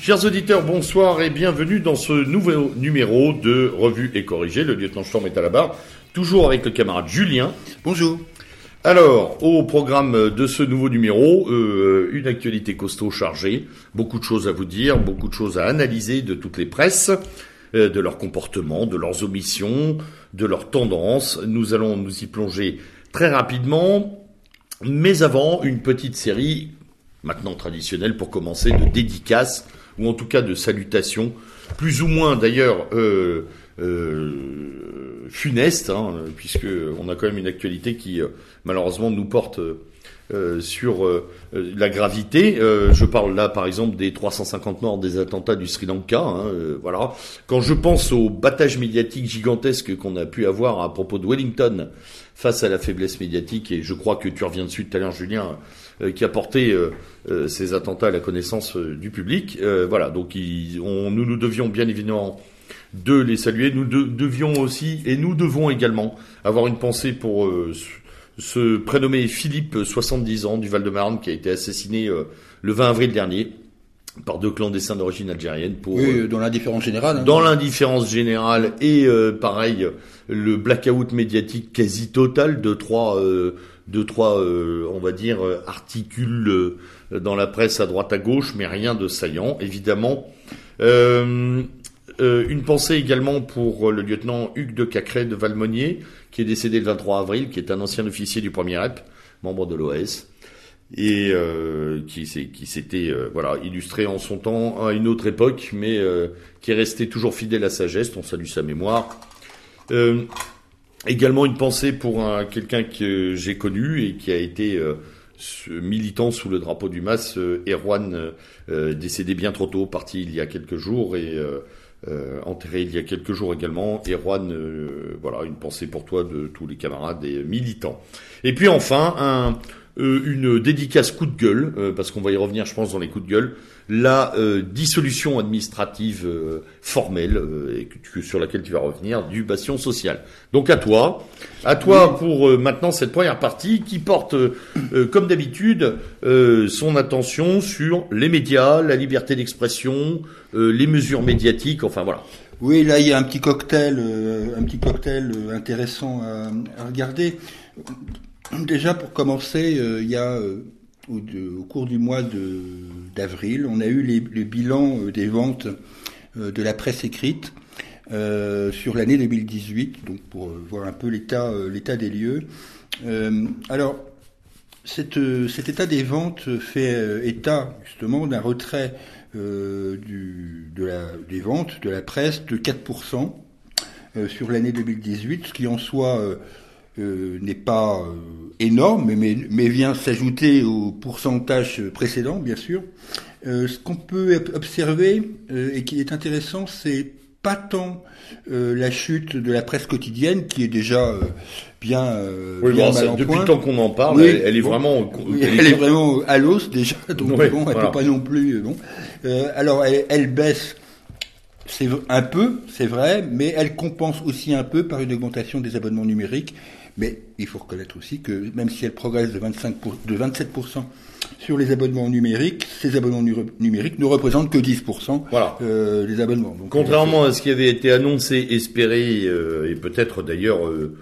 Chers auditeurs, bonsoir et bienvenue dans ce nouveau numéro de Revue et Corrigée. Le lieutenant Storm est à la barre, toujours avec le camarade Julien. Bonjour. Alors, au programme de ce nouveau numéro, une actualité costaud chargée, beaucoup de choses à vous dire, beaucoup de choses à analyser de toutes les presses, de leur comportement, de leurs omissions, de leurs tendances. Nous allons nous y plonger très rapidement, mais avant, une petite série, maintenant traditionnelle pour commencer, de dédicaces, ou en tout cas de salutations, plus ou moins d'ailleurs funeste, puisque on a quand même une actualité qui malheureusement nous porte sur la gravité. Je parle là par exemple des 350 morts des attentats du Sri Lanka. Voilà. Quand je pense au battage médiatique gigantesque qu'on a pu avoir à propos de Wellington face à la faiblesse médiatique, et je crois que tu reviens dessus tout à l'heure, Julien, qui a porté ces attentats à la connaissance du public. Voilà. Donc nous devions bien évidemment de les saluer. Nous devions aussi, et nous devons également, avoir une pensée pour ce prénommé Philippe, 70 ans, du Val-de-Marne, qui a été assassiné le 20 avril dernier par deux clandestins d'origine algérienne. Dans l'indifférence générale. Dans l'indifférence générale et pareil, le blackout médiatique quasi total de trois on va dire, articules dans la presse à droite à gauche, mais rien de saillant, évidemment. Une pensée également pour le lieutenant Hugues de Cacré de Valmonier, qui est décédé le 23 avril, qui est un ancien officier du 1er REP, membre de l'OAS, et qui s'était illustré en son temps à une autre époque, mais qui est resté toujours fidèle à sa geste. On salue sa mémoire. Également une pensée pour quelqu'un que j'ai connu et qui a été militant sous le drapeau du MAS, Erwan, décédé bien trop tôt, parti il y a quelques jours et enterré il y a quelques jours également. Erwan, une pensée pour toi de tous les camarades et militants. Et puis enfin, une dédicace coup de gueule, parce qu'on va y revenir, je pense, dans les coups de gueule, la dissolution administrative formelle, sur laquelle tu vas revenir, du bastion social. Donc à toi pour maintenant cette première partie qui porte, comme d'habitude, son attention sur les médias, la liberté d'expression, les mesures médiatiques, enfin voilà. Oui, là il y a un petit cocktail intéressant à regarder. Déjà, pour commencer, il y a au cours du mois d'avril, on a eu le bilan des ventes de la presse écrite sur l'année 2018, donc pour voir un peu l'état des lieux. Alors, cet état des ventes fait état justement d'un retrait des ventes de la presse de 4% sur l'année 2018, ce qui en soi n'est pas énorme, mais vient s'ajouter au pourcentage précédent, bien sûr. Ce qu'on peut observer et qui est intéressant, c'est pas tant la chute de la presse quotidienne, qui est déjà bien mal en depuis point. Le temps qu'on en parle, oui, elle est vraiment... Elle est vraiment à l'os déjà, donc ouais, elle peut pas non plus... alors, elle baisse... C'est un peu, c'est vrai, mais elle compense aussi un peu par une augmentation des abonnements numériques. Mais il faut reconnaître aussi que même si elle progresse de 27% sur les abonnements numériques, ces abonnements numériques ne représentent que 10% des abonnements. Donc, contrairement à ce qui avait été annoncé, espéré, et peut-être d'ailleurs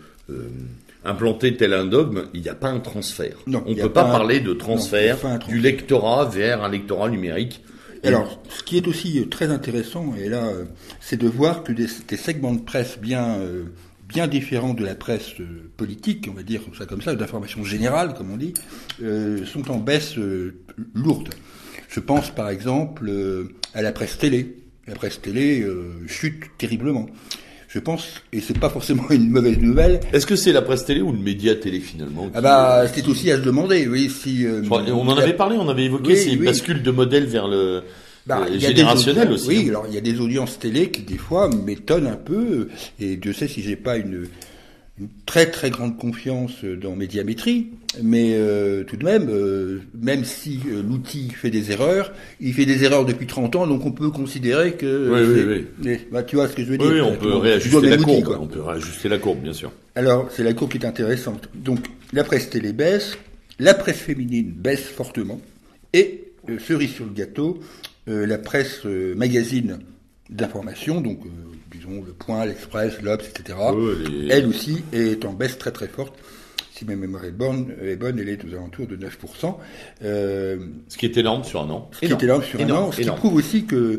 implanté tel un dogme, il n'y a pas un transfert. Non, on ne peut pas parler de transfert du lectorat vers un lectorat numérique. Alors, ce qui est aussi très intéressant, et là, c'est de voir que des segments de presse bien différents de la presse politique, on va dire ça comme ça, d'information générale, comme on dit, sont en baisse lourde. Je pense par exemple à la presse télé. La presse télé chute terriblement. Je pense, et c'est pas forcément une mauvaise nouvelle. Est-ce que c'est la presse télé ou le média télé finalement c'est aussi à se demander, oui, si... on en avait parlé, on avait évoqué ces bascules de modèle vers le générationnel aussi. Oui, alors il y a des audiences télé qui des fois m'étonnent un peu, et Dieu sait si j'ai pas une très très grande confiance dans Médiamétrie, mais tout de même si l'outil fait des erreurs, il fait des erreurs depuis 30 ans, donc on peut considérer que... Oui. Tu vois ce que je veux dire. Oui, on peut réajuster la courbe. On peut réajuster la courbe, bien sûr. Alors, c'est la courbe qui est intéressante. Donc, la presse télé baisse, la presse féminine baisse fortement, et cerise sur le gâteau, la presse magazine d'information, donc disons Le Point, l'Express, l'Obs, etc., elle aussi est en baisse très très forte. Si ma mémoire est bonne, elle est aux alentours de 9%. Ce qui est énorme sur un an. Ce qui prouve aussi que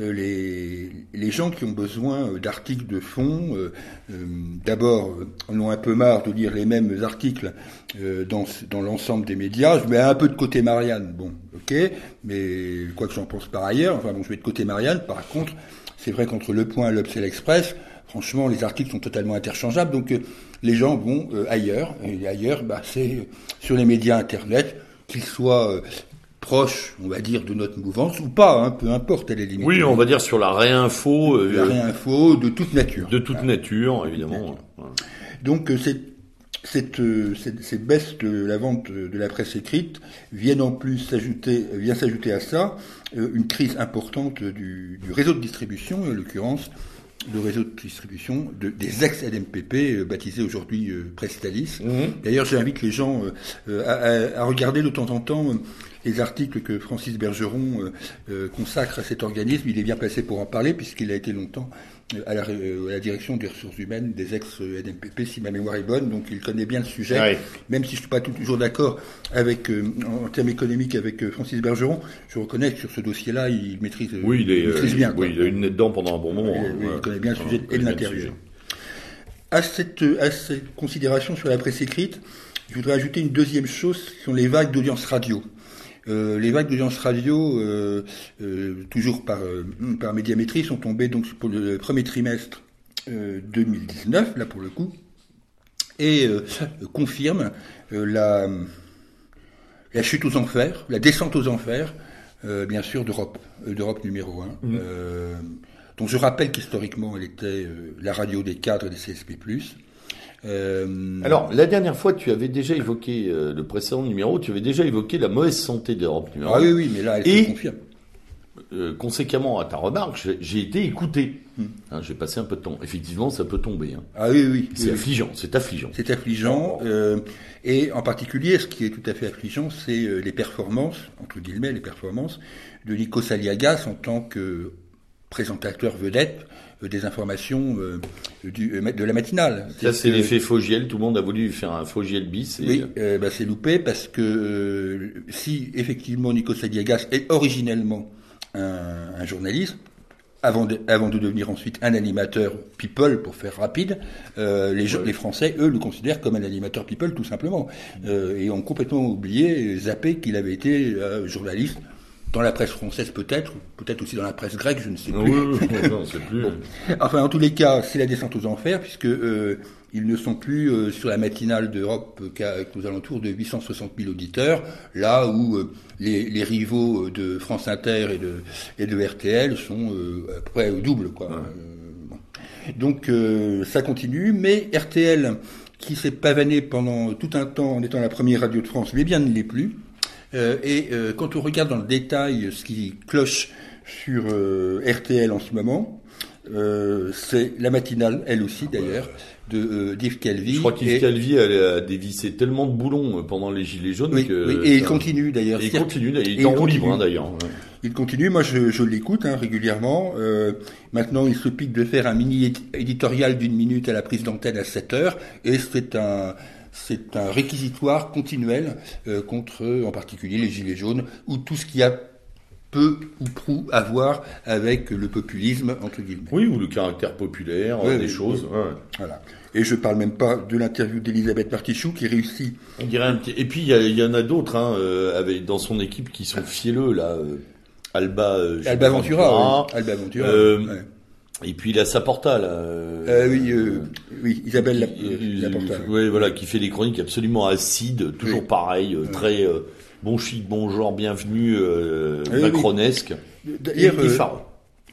les gens qui ont besoin d'articles de fond, d'abord, en ont un peu marre de lire les mêmes articles dans l'ensemble des médias. Je mets un peu de côté Marianne, bon, ok, mais quoi que j'en pense par ailleurs, enfin bon, je mets de côté Marianne. Par contre, c'est vrai qu'entre Le Point, l'Obs et l'Express, franchement, les articles sont totalement interchangeables, donc les gens vont ailleurs, et ailleurs, c'est sur les médias Internet, qu'ils soient proches, on va dire, de notre mouvance, ou pas, hein, peu importe, elle est limitée. Oui, on va dire sur la réinfo. La réinfo de toute nature. De toute nature, évidemment. Donc, cette baisse de la vente de la presse écrite vient s'ajouter à ça une crise importante du réseau de distribution, en l'occurrence, le réseau de distribution des ex-LMPP, baptisé aujourd'hui Prestalis. D'ailleurs, j'invite les gens à regarder de temps en temps les articles que Francis Bergeron consacre à cet organisme. Il est bien placé pour en parler, puisqu'il a été longtemps à la direction des ressources humaines des ex-LMPP, si ma mémoire est bonne, donc il connaît bien le sujet, ouais. Même si je ne suis pas toujours d'accord avec, en termes économiques avec Francis Bergeron, je reconnais que sur ce dossier-là, il maîtrise, maîtrise bien. Oui, il a eu le nez dedans pendant un bon moment. Il connaît bien le sujet et de l'intérieur. À cette considération sur la presse écrite, je voudrais ajouter une deuxième chose, ce sont les vagues d'audience radio. Les vagues d'audience radio, toujours par Médiamétrie, sont tombées donc pour le premier trimestre 2019, là pour le coup, et confirment la chute aux enfers, la descente aux enfers, bien sûr, d'Europe numéro 1, dont je rappelle qu'historiquement elle était la radio des cadres et des CSP+. Alors, la dernière fois, tu avais déjà évoqué, le précédent numéro, tu avais déjà évoqué la mauvaise santé d'Europe numéro 1. Ah oui, mais là, elle se confirme. Conséquemment à ta remarque, j'ai été écouté. J'ai passé un peu de temps. Effectivement, ça peut tomber. Ah oui. C'est affligeant, c'est affligeant. C'est affligeant. Et en particulier, ce qui est tout à fait affligeant, c'est les performances, entre guillemets, de Nikos Aliagas en tant que présentateur vedette des informations de la matinale. Ça, c'est l'effet Fogiel. Tout le monde a voulu faire un Fogiel bis. Oui, c'est loupé parce que si effectivement Nikos Aliagas est originellement un journaliste, avant de devenir ensuite un animateur people, pour faire rapide, les Français, eux, le considèrent comme un animateur people, tout simplement. Et ont complètement oublié, zappé qu'il avait été journaliste dans la presse française peut-être aussi dans la presse grecque, je ne sais plus. Non, c'est plus. Bon. Enfin, en tous les cas, c'est la descente aux enfers, puisque ils ne sont plus sur la matinale d'Europe qu'aux alentours de 860 000 auditeurs, là où les rivaux de France Inter et de RTL sont à peu près au double, quoi. Ouais. Donc ça continue, mais RTL, qui s'est pavané pendant tout un temps en étant la première radio de France, mais bien ne l'est plus. Quand on regarde dans le détail ce qui cloche sur RTL en ce moment, c'est la matinale, elle aussi d'ailleurs, d'Yves Calvi. Je crois qu'Yves Calvi a dévissé tellement de boulons pendant les Gilets jaunes. Oui, et il continue d'ailleurs. Il est en roue libre d'ailleurs. Ouais. Il continue, moi je l'écoute régulièrement. Maintenant, il se pique de faire un mini éditorial d'1 minute à la prise d'antenne à 7h, et c'est un réquisitoire continuel contre, en particulier, les Gilets jaunes, ou tout ce qui a peu ou prou à voir avec le populisme, entre guillemets. Oui, ou le caractère populaire, des choses. Ouais. Voilà. Et je parle même pas de l'interview d'Elisabeth Martichoux qui réussit. On dirait Et puis, il y en a d'autres dans son équipe qui sont fielleux, là. Alba Ventura. Ouais. Et puis la Saporta, là. Oui, Isabelle Laporta. Oui, voilà, qui fait des chroniques absolument acides, toujours pareil, très bon chic, bon genre, bienvenue, macronesque. D'ailleurs,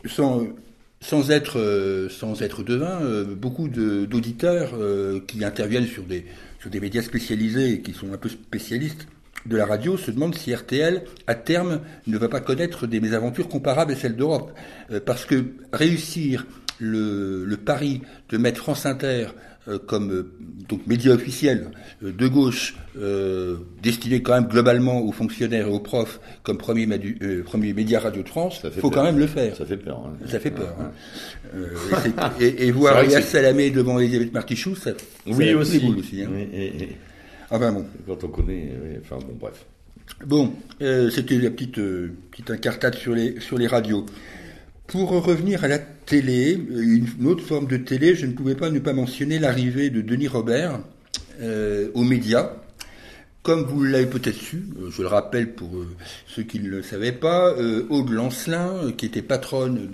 sans être devin, beaucoup d'auditeurs qui interviennent sur des médias spécialisés et qui sont un peu spécialistes de la radio se demandent si RTL, à terme, ne va pas connaître des mésaventures comparables à celles d'Europe. Parce que réussir le pari de mettre France Inter comme donc média officiel de gauche, destiné quand même globalement aux fonctionnaires et aux profs comme premier média radio de France, faut quand même le faire. Ça fait peur. Hein. Ça fait peur. Hein. Et voir Elias Salamé devant Elisabeth Martichoux, ça oui aussi. Aussi hein. Enfin bon. Quand on connaît, enfin bon, bref. Bon, c'était la petite incartade sur les radios. Pour revenir à la télé, une autre forme de télé, je ne pouvais pas ne pas mentionner l'arrivée de Denis Robert aux médias. Comme vous l'avez peut-être su, je le rappelle pour ceux qui ne le savaient pas, Aude Lancelin, qui était patronne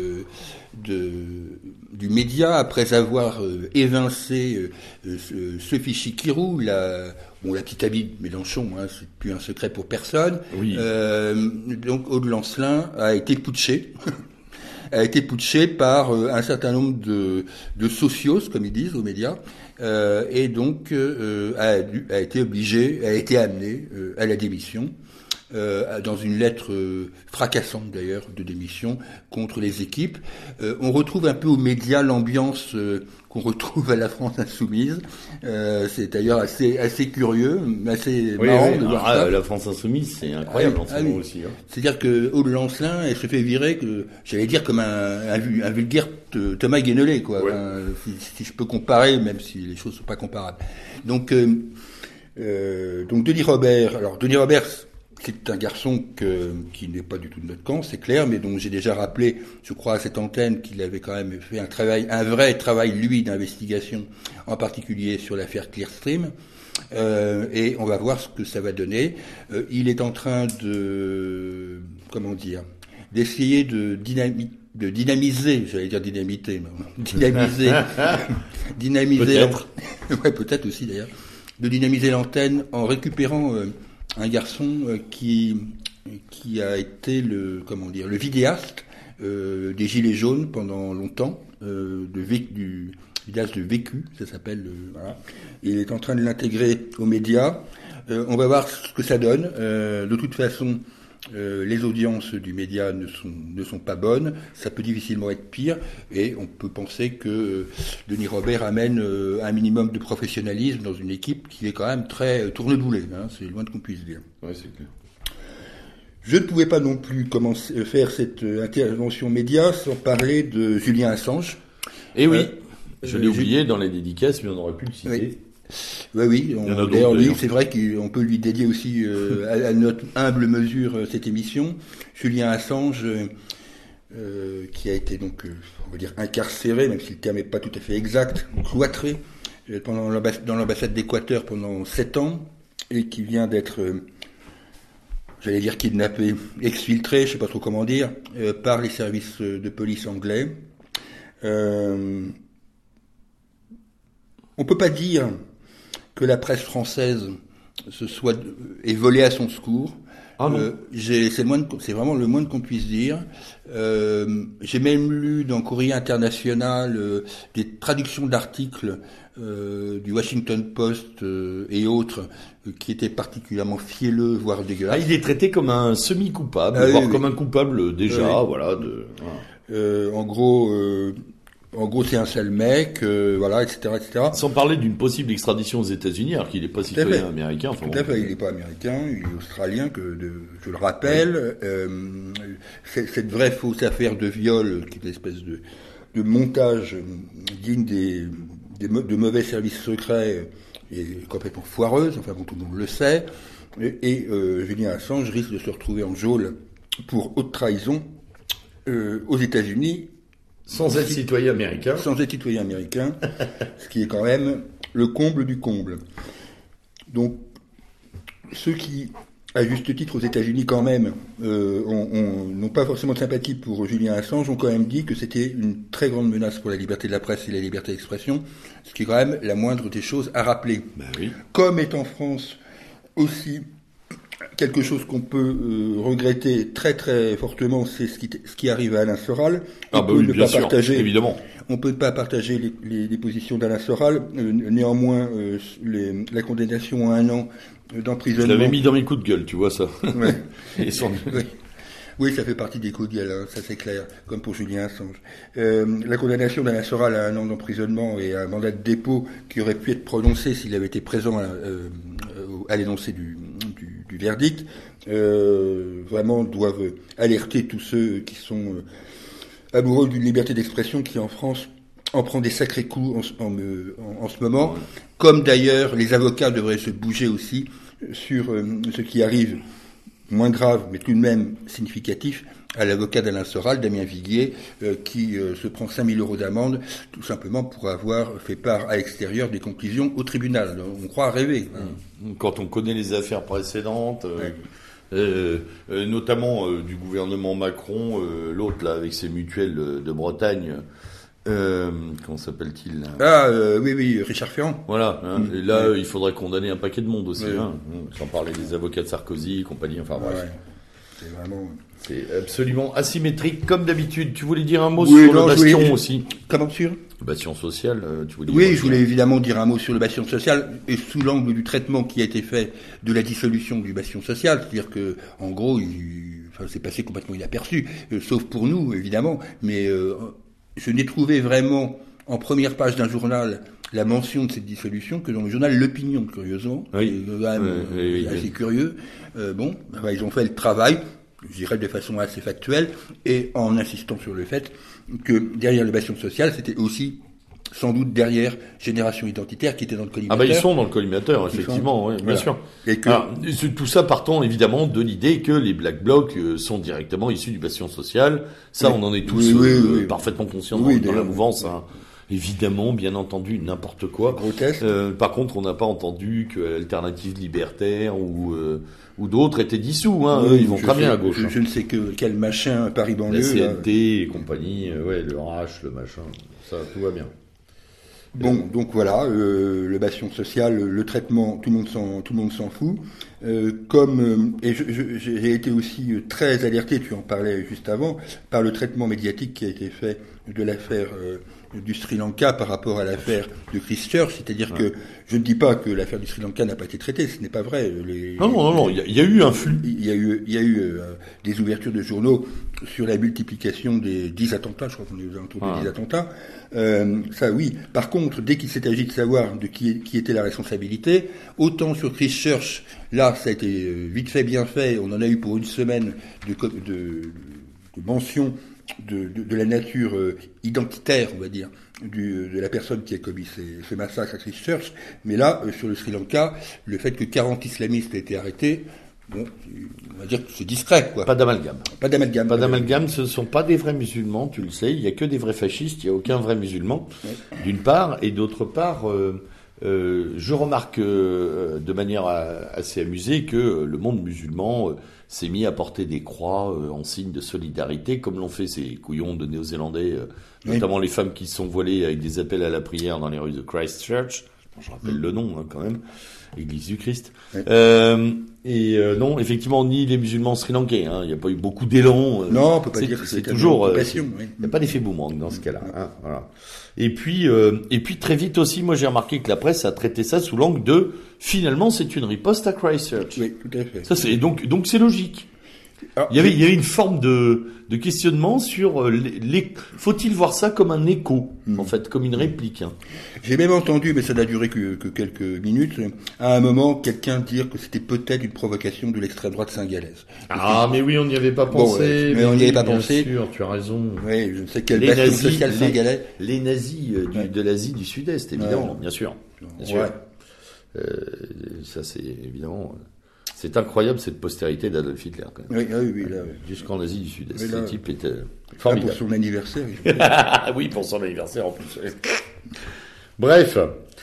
du média, après avoir évincé Sophie Chikirou, la petite amie de Mélenchon, hein, c'est plus un secret pour personne. Oui. Donc Aude Lancelin a été putschée. A été putschée par un certain nombre de socios, comme ils disent aux médias, et donc a été amenée à la démission, dans une lettre fracassante d'ailleurs de démission contre les équipes. On retrouve un peu aux médias l'ambiance qu'on retrouve à la France Insoumise. C'est d'ailleurs assez curieux, assez marrant de voir ça. La France Insoumise, c'est incroyable en ce moment aussi. Hein. C'est-à-dire que Aude Lancelin, elle se fait virer, j'allais dire comme un vulgaire Thomas Guénolé, quoi. Ouais. Enfin, si je peux comparer, même si les choses sont pas comparables. Donc Denis Robert. Alors Denis Robert, c'est un garçon qui n'est pas du tout de notre camp, c'est clair, mais dont j'ai déjà rappelé, je crois, à cette antenne qu'il avait quand même fait un vrai travail, lui, d'investigation, en particulier sur l'affaire Clearstream. Et on va voir ce que ça va donner. Il est en train d'essayer de dynamiser, j'allais dire dynamiter, dynamiser, peut-être. Ouais, peut-être aussi d'ailleurs, de dynamiser l'antenne en récupérant un garçon qui a été le vidéaste des Gilets jaunes pendant longtemps, du vidéaste de Vécu, ça s'appelle. Voilà. Il est en train de l'intégrer aux médias. On va voir ce que ça donne. De toute façon, les audiences du média ne sont pas bonnes. Ça peut difficilement être pire. Et on peut penser que Denis Robert amène un minimum de professionnalisme dans une équipe qui est quand même très tourneboulée. Hein, c'est loin de qu'on puisse dire. Ouais, c'est clair. Je ne pouvais pas non plus faire cette intervention média sans parler de Julien Assange. Et oui, je l'ai oublié dans les dédicaces, mais on aurait pu le citer. Oui. Oui, d'ailleurs lui, c'est vrai qu'on peut lui dédier aussi à notre humble mesure cette émission. Julien Assange, qui a été donc, on va dire, incarcéré, même si le terme n'est pas tout à fait exact, cloîtré dans l'ambassade d'Équateur pendant 7 ans, et qui vient d'être, j'allais dire kidnappé, exfiltré, je sais pas trop comment dire, par les services de police anglais. On peut pas dire que la presse française est volée à son secours. Ah non. C'est vraiment le moins qu'on puisse dire. J'ai même lu dans Courrier International des traductions d'articles du Washington Post et autres qui étaient particulièrement fielleux, voire dégueulasses. Ah, il est traité comme un semi-coupable, voire comme un coupable déjà, voilà. En gros, c'est un sale mec, voilà, etc., etc. Sans parler d'une possible extradition aux États-Unis, alors qu'il n'est pas citoyen américain. Enfin, tout à fait, il n'est pas américain, il est australien, je le rappelle. Oui. Cette vraie fausse affaire de viol, qui est une espèce de montage digne de mauvais services secrets, est complètement foireuse, enfin bon, tout le monde le sait. Et Julien Assange risque de se retrouver en geôle pour haute trahison aux États-Unis. Sans être citoyen américain. Sans être citoyen américain, ce qui est quand même le comble du comble. Donc, ceux qui, à juste titre aux États-Unis quand même, n'ont pas forcément de sympathie pour Julien Assange, ont quand même dit que c'était une très grande menace pour la liberté de la presse et la liberté d'expression, ce qui est quand même la moindre des choses à rappeler. Ben oui. Comme est en France aussi quelque chose qu'on peut regretter très très fortement, c'est ce qui arrive à Alain Soral. Évidemment. On peut ne pas partager les positions d'Alain Soral. Néanmoins, la condamnation à 1 an d'emprisonnement. Je l'avais mis dans mes coups de gueule, tu vois ça. Ouais. Oui. Oui, ça fait partie des caudiels, hein, ça c'est clair, comme pour Julien Assange. La condamnation d'Alain Soral à 1 an d'emprisonnement et à un mandat de dépôt qui aurait pu être prononcé s'il avait été présent à l'énoncé du verdict, vraiment doivent alerter tous ceux qui sont amoureux d'une liberté d'expression qui en France en prend des sacrés coups en ce moment, comme d'ailleurs les avocats devraient se bouger aussi sur ce qui arrive, moins grave mais tout de même significatif, à l'avocat d'Alain Soral, Damien Viguier, qui se prend 5 000 € d'amende tout simplement pour avoir fait part à l'extérieur des conclusions au tribunal. On croit rêver. Quand on connaît les affaires précédentes, notamment du gouvernement Macron, l'autre là avec ses mutuelles de Bretagne, comment s'appelle-t-il oui, Richard Ferrand. Voilà. Et là, il faudrait condamner un paquet de monde aussi. Sans parler des avocats de Sarkozy et compagnie. Enfin bref. C'est vraiment... C'est absolument asymétrique, comme d'habitude. Tu voulais dire un mot sur le bastion aussi. Comment sur le bastion social, tu voulais dire Oui, je voulais évidemment dire un mot sur le bastion social, et sous l'angle du traitement qui a été fait de la dissolution du bastion social. C'est-à-dire que, en gros, c'est passé complètement inaperçu, sauf pour nous, évidemment. Mais je n'ai trouvé vraiment, en première page d'un journal, la mention de cette dissolution que dans le journal L'Opinion, curieusement. Oui. C'est quand même assez curieux. Ils ont fait le travail, je dirais de façon assez factuelle, et en insistant sur le fait que derrière le bastion social, c'était aussi sans doute derrière Génération Identitaire qui était dans le collimateur. Ils sont dans le collimateur, effectivement, oui, bien sûr. Et que... Alors, tout ça partant évidemment de l'idée que les Black Blocs sont directement issus du bastion social. Ça, on en est tous parfaitement conscients dans la mouvance. Hein. Évidemment, bien entendu, n'importe quoi. Grotesque. Par contre, on n'a pas entendu que l'Alternative Libertaire ou d'autres étaient dissous. Hein. Eux, ils vont très bien à gauche. Je ne sais quel machin Paris-Banlieue. La CNT et compagnie, le RH, le machin, ça, tout va bien. Bon, donc voilà, le bastion social, le traitement, tout le monde s'en fout. Et j'ai été aussi très alerté, tu en parlais juste avant, par le traitement médiatique qui a été fait de l'affaire du Sri Lanka par rapport à l'affaire de Christchurch, c'est-à-dire que je ne dis pas que l'affaire du Sri Lanka n'a pas été traitée, ce n'est pas vrai. Non, il y a eu un flux. Il y a eu des ouvertures de journaux sur la multiplication des 10 attentats, je crois qu'on est aux alentours des 10 attentats. Ça oui. Par contre, dès qu'il s'est agi de savoir de qui était la responsabilité, autant sur Christchurch, là ça a été vite fait, bien fait, on en a eu pour une semaine de mention de la nature identitaire, on va dire, de la personne qui a commis ce massacre à Christchurch. Mais là, sur le Sri Lanka, le fait que 40 islamistes aient été arrêtés, bon, on va dire que c'est discret, quoi. Pas d'amalgame. Pas d'amalgame, ce ne sont pas des vrais musulmans, tu le sais. Il n'y a que des vrais fascistes, il n'y a aucun vrai musulman, d'une part. Et d'autre part, je remarque de manière assez amusée que le monde musulman s'est mis à porter des croix en signe de solidarité, comme l'ont fait ces couillons de Néo-Zélandais, notamment les femmes qui se sont voilées avec des appels à la prière dans les rues de Christchurch. Je rappelle le nom, quand même. Église du Christ. Non, effectivement, ni les musulmans sri-lankais. Il n'y a pas eu beaucoup d'élan. Non, on peut pas dire que c'est toujours. Il n'y a pas d'effet boomerang dans ce cas-là. Voilà. Et puis très vite aussi, moi j'ai remarqué que la presse a traité ça sous l'angle de finalement c'est une riposte à Christchurch. Oui, tout à fait. Ça c'est donc c'est logique. Alors, il y avait une forme de questionnement sur faut-il voir ça comme un écho, en fait, comme une réplique. J'ai même entendu, mais ça n'a duré que quelques minutes, à un moment, quelqu'un dire que c'était peut-être une provocation de l'extrême droite singalaise. Mais oui, on n'y avait pas pensé. Mais on n'y avait pas pensé. Bien sûr, tu as raison. Oui, je ne sais quel bastion social singalais. Les nazis de l'Asie du Sud-Est, évidemment, bien sûr. Bien sûr. Ça, c'est évidemment... C'est incroyable cette postérité d'Adolf Hitler. Quand même. Oui, là, jusqu'en Asie du Sud-Est. Le type était formidable. Pour son anniversaire. Oui, pour son anniversaire en plus. Bref.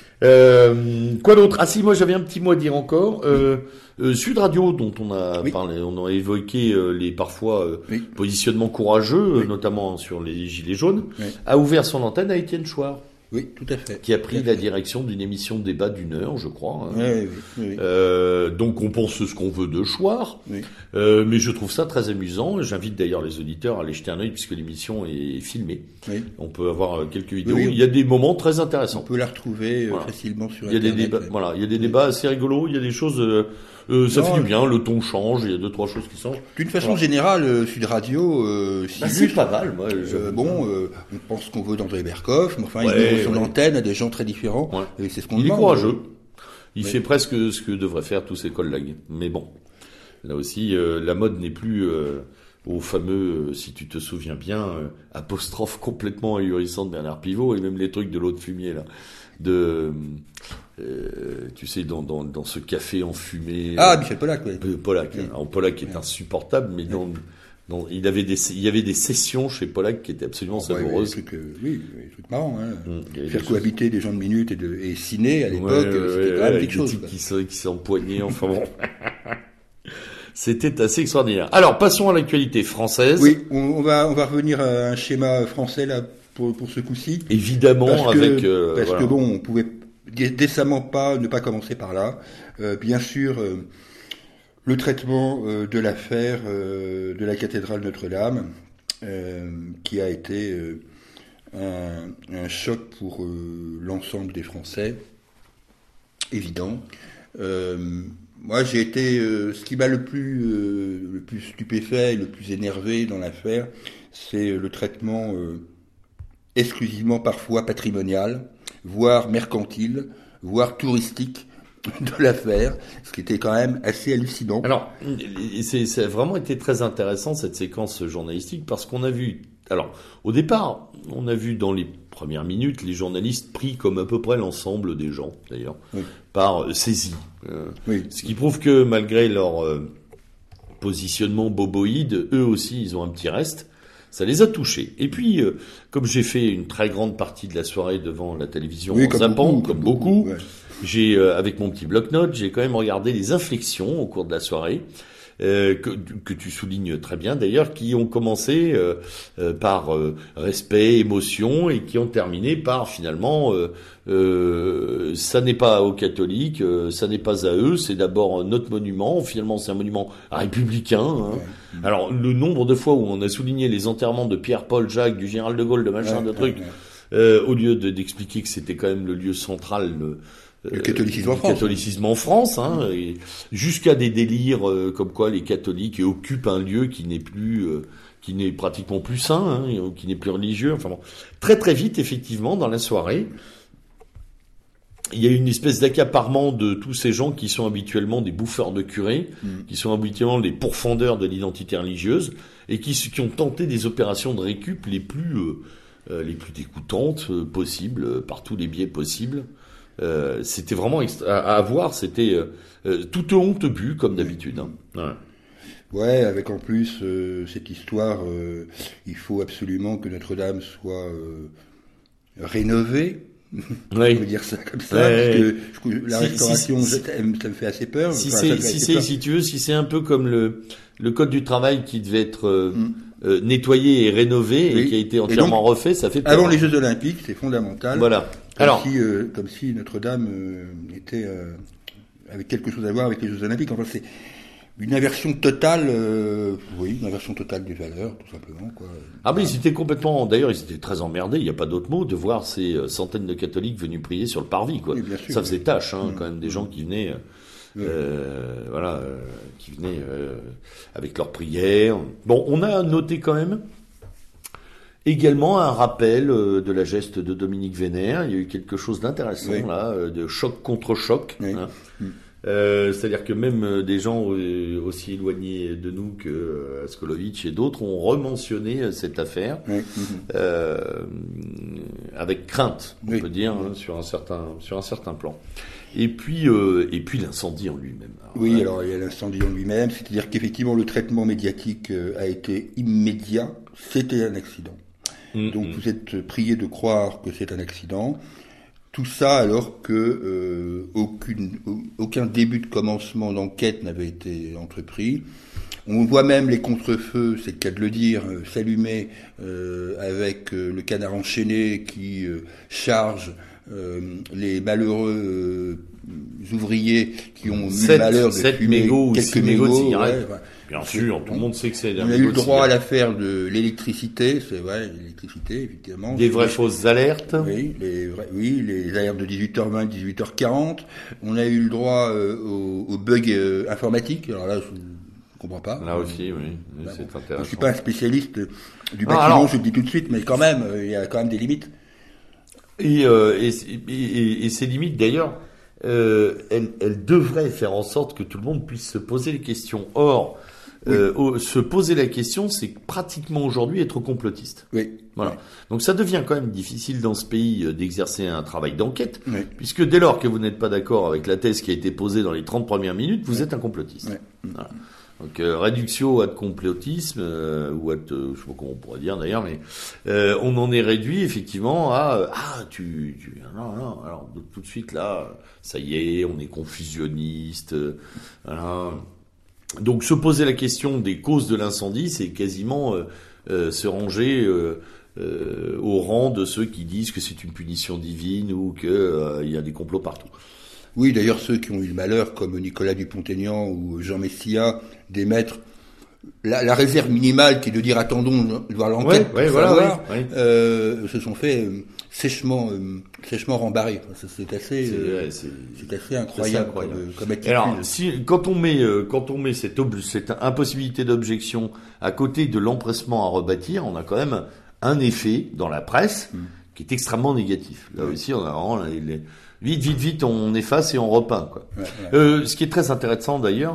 Quoi d'autre? Ah si, moi j'avais un petit mot à dire encore. Sud Radio, dont on a parlé, on a évoqué les parfois positionnements courageux, notamment sur les Gilets jaunes, a ouvert son antenne à Étienne Chouard. Oui, tout à fait. Qui a pris la direction d'une émission de débat d'1 heure, je crois. Oui. Donc on pense ce qu'on veut de Chouard, mais je trouve ça très amusant. J'invite d'ailleurs les auditeurs à aller jeter un œil puisque l'émission est filmée. Oui. On peut avoir quelques vidéos. Oui. Il y a des moments très intéressants. On peut la retrouver facilement sur Internet. Il y a des débats assez rigolos. Il y a des choses Ça fait du bien, le ton change, il y a 2-3 choses qui changent. D'une façon générale, Sud Radio, c'est pas mal, moi. On pense qu'on veut d'André Berkoff, mais enfin, il met son antenne à des gens très différents, et c'est ce qu'on demande. Il est courageux. Il fait presque ce que devraient faire tous ses collègues. Mais bon, là aussi, la mode n'est plus au fameux, si tu te souviens bien, apostrophe complètement ahurissant de Bernard Pivot, et même les trucs de l'autre fumier, là. Tu sais, dans ce café enfumé. Michel Polak, oui. Polak. Oui. Alors, Polak est insupportable, mais il y avait des sessions chez Polak qui étaient absolument savoureuses. Des trucs marrants, hein. Faire cohabiter des gens de minutes et ciné à l'époque, c'était quand même quelque chose. Des types qui s'empoignaient, enfin bon. C'était assez extraordinaire. Alors, passons à l'actualité française. Oui, on va revenir à un schéma français, là, pour ce coup-ci. Évidemment, parce que bon, on pouvait décemment ne pas commencer par là. Bien sûr, le traitement de l'affaire de la cathédrale Notre-Dame, qui a été un choc pour l'ensemble des Français, évident. Moi, j'ai été ce qui m'a le plus stupéfait et le plus énervé dans l'affaire, c'est le traitement exclusivement parfois patrimonial, voire mercantile, voire touristique de l'affaire, ce qui était quand même assez hallucinant. Alors, ça a vraiment été très intéressant cette séquence journalistique parce qu'on a vu, alors au départ, on a vu dans les premières minutes les journalistes pris comme à peu près l'ensemble des gens d'ailleurs, par saisie. Ce qui prouve que malgré leur positionnement boboïde, eux aussi ils ont un petit reste. Ça les a touchés. Et puis, comme j'ai fait une très grande partie de la soirée devant la télévision en zappant, comme beaucoup, j'ai, avec mon petit bloc-notes, j'ai quand même regardé les inflexions au cours de la soirée, que tu soulignes très bien d'ailleurs, qui ont commencé par respect, émotion, et qui ont terminé par finalement ça n'est pas aux catholiques, ça n'est pas à eux, c'est d'abord notre monument. Finalement, c'est un monument républicain. Hein. Alors, le nombre de fois où on a souligné les enterrements de Pierre, Paul, Jacques, du général de Gaulle, de machin, de trucs, au lieu d'expliquer que c'était quand même le lieu central. Le catholicisme en France, hein, et jusqu'à des délires comme quoi les catholiques occupent un lieu qui n'est pratiquement plus saint, hein, qui n'est plus religieux. Enfin bon, très très vite, effectivement, dans la soirée, il y a une espèce d'accaparement de tous ces gens qui sont habituellement des bouffeurs de curés, qui sont habituellement des pourfendeurs de l'identité religieuse, et qui ont tenté des opérations de récup les plus dégoûtantes possibles, par tous les biais possibles. C'était vraiment à voir, c'était toute honte bue comme d'habitude. Hein. Ouais, avec en plus cette histoire, il faut absolument que Notre-Dame soit rénovée. On peut dire ça comme ça, parce que la restauration, ça me fait assez peur. Si tu veux, si c'est un peu comme le code du travail qui devait être nettoyé et rénové et qui a été entièrement refait, ça fait peur. Avant les Jeux Olympiques, c'est fondamental. Voilà. Comme si Notre-Dame avait quelque chose à voir avec les Jeux Olympiques. Enfin, c'est une inversion totale, une inversion totale des valeurs, tout simplement, quoi. Ah mais ils étaient complètement, d'ailleurs, ils étaient très emmerdés, il n'y a pas d'autre mot, de voir ces centaines de catholiques venus prier sur le parvis, quoi. Oui, bien sûr, ça faisait tâche, hein, quand même, des gens qui venaient, qui venaient avec leurs prières. Bon, on a noté quand même également un rappel de la geste de Dominique Vénère. Il y a eu quelque chose d'intéressant là, de choc contre choc. Oui. Hein. C'est-à-dire que même des gens aussi éloignés de nous que Askolovitch et d'autres ont rementionné cette affaire avec crainte, on peut dire, hein, sur un certain plan. Et puis l'incendie en lui-même. Alors il y a l'incendie en lui-même, c'est-à-dire qu'effectivement le traitement médiatique a été immédiat. C'était un accident. Donc vous êtes prié de croire que c'est un accident. Tout ça alors que aucun début de commencement d'enquête n'avait été entrepris. On voit même les contre-feux, c'est le cas de le dire, s'allumer avec le canard enchaîné qui charge les malheureux ouvriers qui ont eu le malheur de fumer quelques mégots de cigarettes. Ouais. Bien sûr, tout le monde sait que c'est. On a eu le droit à l'affaire de l'électricité, c'est vrai, l'électricité, évidemment. Des vraies fausses alertes. Oui, les alertes de 18h20, 18h40. On a eu le droit aux bugs informatiques. Alors là, je ne comprends pas. Là aussi, oui, c'est intéressant. Je ne suis pas un spécialiste du bâtiment, je le dis tout de suite, mais quand même, il y a quand même des limites. Et ces limites, d'ailleurs, elles devraient faire en sorte que tout le monde puisse se poser les questions. Or, se poser la question, c'est pratiquement aujourd'hui être complotiste. Oui. Voilà. Oui. Donc ça devient quand même difficile dans ce pays d'exercer un travail d'enquête, oui. puisque dès lors que vous n'êtes pas d'accord avec la thèse qui a été posée dans les 30 premières minutes, vous êtes un complotiste. Oui. Voilà. Donc réductio ad complotisme, ou ad, je sais pas comment on pourrait dire d'ailleurs, mais on en est réduit effectivement à non, alors tout de suite là, ça y est, on est confusionniste, voilà. Donc se poser la question des causes de l'incendie, c'est quasiment se ranger au rang de ceux qui disent que c'est une punition divine ou que il y a des complots partout. Oui, d'ailleurs, ceux qui ont eu le malheur, comme Nicolas Dupont-Aignan ou Jean Messia, d'émettre la réserve minimale qui est de dire attendons de voir l'enquête pour savoir, se sont fait sèchement rembarrer. C'est assez incroyable. Comme attitude. Alors, quand on met cette impossibilité d'objection à côté de l'empressement à rebâtir, on a quand même un effet dans la presse qui est extrêmement négatif. Là aussi, on a vraiment vite, on efface et on repeint, quoi. Ce qui est très intéressant d'ailleurs,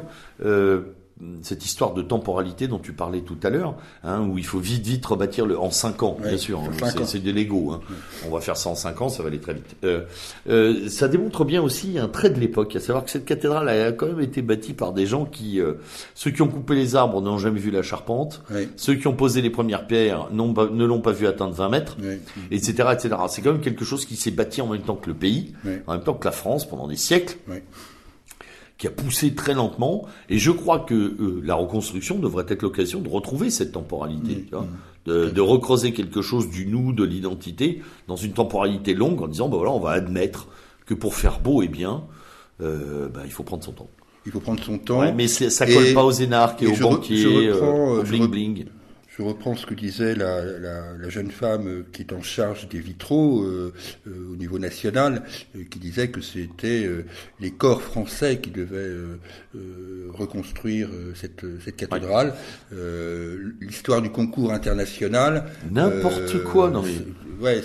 cette histoire de temporalité dont tu parlais tout à l'heure, où il faut vite rebâtir en 5 ans, bien sûr. C'est des Lego. On va faire ça en 5 ans, ça va aller très vite. Ça démontre bien aussi un trait de l'époque, à savoir que cette cathédrale a quand même été bâtie par des gens qui, ceux qui ont coupé les arbres n'ont jamais vu la charpente, ceux qui ont posé les premières pierres ne l'ont pas vu atteindre 20 mètres, etc., etc. C'est quand même quelque chose qui s'est bâti en même temps que le pays, en même temps que la France pendant des siècles. Qui a poussé très lentement, et je crois que la reconstruction devrait être l'occasion de retrouver cette temporalité, de recreuser quelque chose du nous, de l'identité, dans une temporalité longue, en disant, on va admettre que pour faire beau et bien, il faut prendre son temps. Il faut prendre son temps. Ouais, mais ça colle pas aux énarques et aux banquiers, au bling-bling. Je reprends ce que disait la jeune femme qui est en charge des vitraux au niveau national, qui disait que c'était les corps français qui devaient reconstruire cette cathédrale. L'histoire du concours international. N'importe quoi, non mais.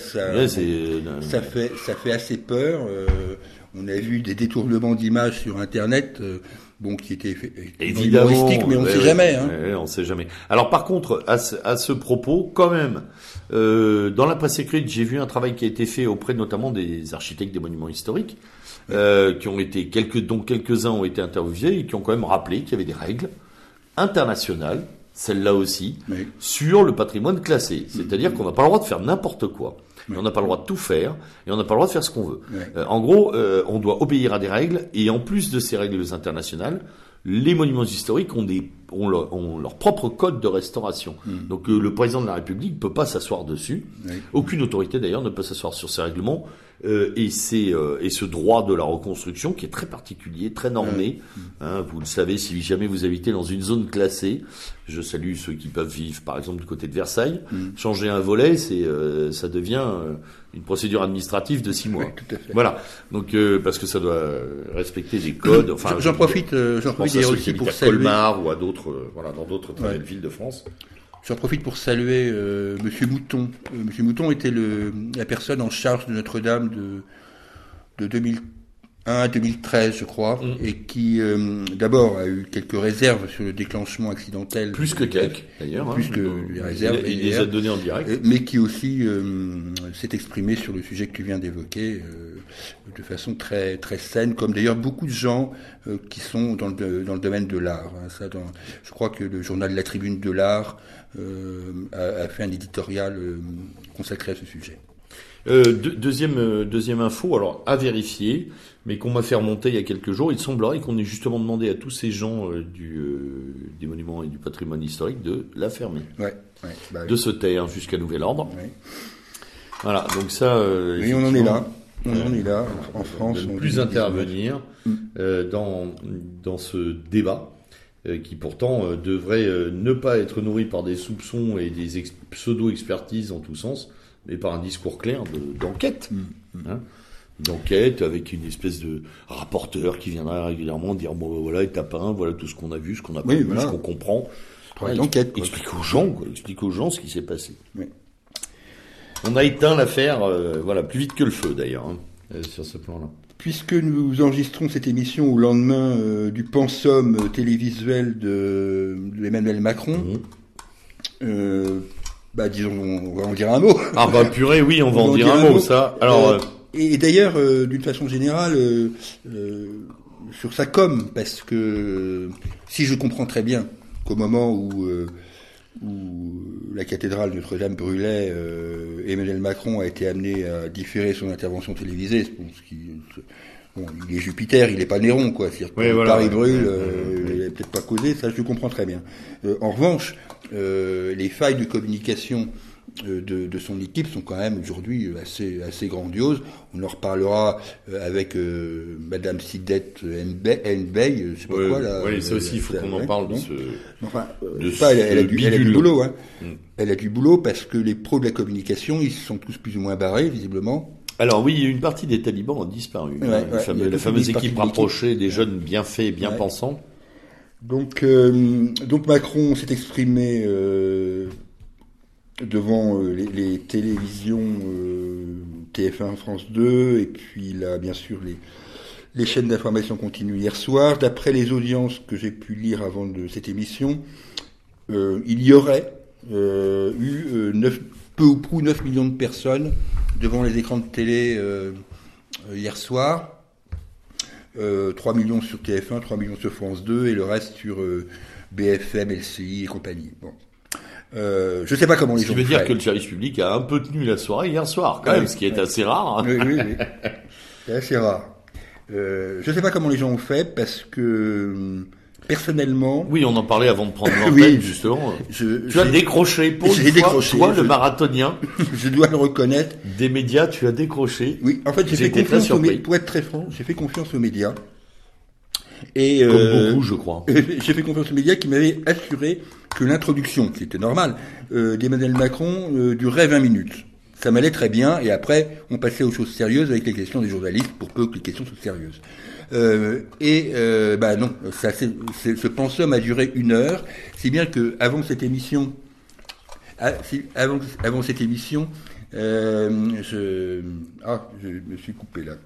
Ça fait assez peur. On a vu des détournements d'images sur Internet. Qui était humoristique, mais on ne sait jamais. On ne sait jamais. Alors par contre, à ce propos, quand même, dans la presse écrite, j'ai vu un travail qui a été fait auprès notamment des architectes des monuments historiques, qui ont été dont quelques-uns ont été interviewés et qui ont quand même rappelé qu'il y avait des règles internationales, celles-là aussi, sur le patrimoine classé. C'est-à-dire qu'on n'a pas le droit de faire n'importe quoi. Et on n'a pas le droit de tout faire, et on n'a pas le droit de faire ce qu'on veut. En gros, on doit obéir à des règles, et en plus de ces règles internationales, les monuments historiques ont leur propre code de restauration. Donc le président de la République ne peut pas s'asseoir dessus. Aucune autorité d'ailleurs ne peut s'asseoir sur ces règlements. Et ce droit de la reconstruction qui est très particulier, très normé. Vous le savez, si jamais vous habitez dans une zone classée, je salue ceux qui peuvent vivre par exemple du côté de Versailles, changer un volet, ça devient une procédure administrative de 6 mois. Oui, tout à fait. Voilà. Donc parce que ça doit respecter des codes. Enfin, j'en profite d'ailleurs aussi pour saluer Colmar ou à d'autres, dans d'autres très belles villes de France. J'en profite pour saluer Monsieur Mouton. Monsieur Mouton était la personne en charge de Notre-Dame de 2001 à 2013, je crois, et qui d'abord a eu quelques réserves sur le déclenchement accidentel. Plus que quelques, d'ailleurs. Plus que les réserves. Il les a données en direct. Mais qui aussi s'est exprimé sur le sujet que tu viens d'évoquer de façon très très saine, comme d'ailleurs beaucoup de gens qui sont dans le domaine de l'art. Je crois que le journal La Tribune de l'Art a fait un éditorial consacré à ce sujet. Deuxième info, alors à vérifier, mais qu'on m'a fait remonter il y a quelques jours. Il semblerait qu'on ait justement demandé à tous ces gens des monuments et du patrimoine historique de la fermer, de se taire jusqu'à nouvel ordre. Voilà, donc ça. Oui, on en est là. On en est là, en France. De ne plus intervenir dans ce débat qui pourtant devrait ne pas être nourri par des soupçons et des pseudo-expertises en tous sens, mais par un discours clair d'enquête. Hein, d'enquête avec une espèce de rapporteur qui viendra régulièrement dire bon voilà étape 1, voilà tout ce qu'on a vu, ce qu'on a pas vu, ce qu'on comprend. L'enquête, explique aux gens ce qui s'est passé. Oui. On a éteint l'affaire plus vite que le feu d'ailleurs sur ce plan-là. Puisque nous enregistrons cette émission au lendemain du pensum télévisuel de Emmanuel Macron, disons, on va en dire un mot. Ah bah purée, oui, on va en dire un mot, ça. Alors, et d'ailleurs, d'une façon générale, sur sa com, parce que si je comprends très bien qu'au moment où la cathédrale Notre-Dame brûlait, Emmanuel Macron a été amené à différer son intervention télévisée, il est Jupiter, il n'est pas Néron, quoi. C'est-à-dire que Paris brûle, il n'est peut-être pas causé, ça je comprends très bien. En revanche, les failles de communication de son équipe sont quand même aujourd'hui assez grandioses. On en reparlera avec Madame Sidette Nbey, je sais pas quoi là. Oui, ça aussi, il faut qu'on en parle de ce. Enfin, elle a du boulot, hein. Elle a du boulot parce que les pros de la communication, ils se sont tous plus ou moins barrés, visiblement. Alors oui, une partie des talibans ont disparu. La fameuse équipe rapprochée des jeunes bien faits, bien pensants. Donc Macron s'est exprimé devant les télévisions TF1, France 2, et puis là, bien sûr, les chaînes d'information continue hier soir. D'après les audiences que j'ai pu lire avant de cette émission, il y aurait eu peu ou prou 9 millions de personnes devant les écrans de télé hier soir. 3 millions sur TF1, 3 millions sur France 2 et le reste sur BFM, LCI et compagnie. Bon. Je sais pas comment les gens font. Ce qui veut dire que le service public a un peu tenu la soirée hier soir, quand même, ce qui est assez rare. Hein. Oui. C'est assez rare. Je sais pas comment les gens ont fait parce que personnellement. Oui, on en parlait avant de prendre l'antenne, justement. Tu as décroché pour une fois, toi, le marathonien. Je dois le reconnaître. Des médias, tu as décroché. Oui, en fait, j'ai fait confiance pour être très franc, j'ai fait confiance aux médias. Et comme beaucoup, je crois. J'ai fait confiance aux médias qui m'avaient assuré que l'introduction, qui était normale, d'Emmanuel Macron durait 20 minutes. Ça m'allait très bien, et après, on passait aux choses sérieuses avec les questions des journalistes, pour peu que les questions soient sérieuses. Non, ce pensum a duré 1 heure, si bien que avant cette émission, je me suis coupé là.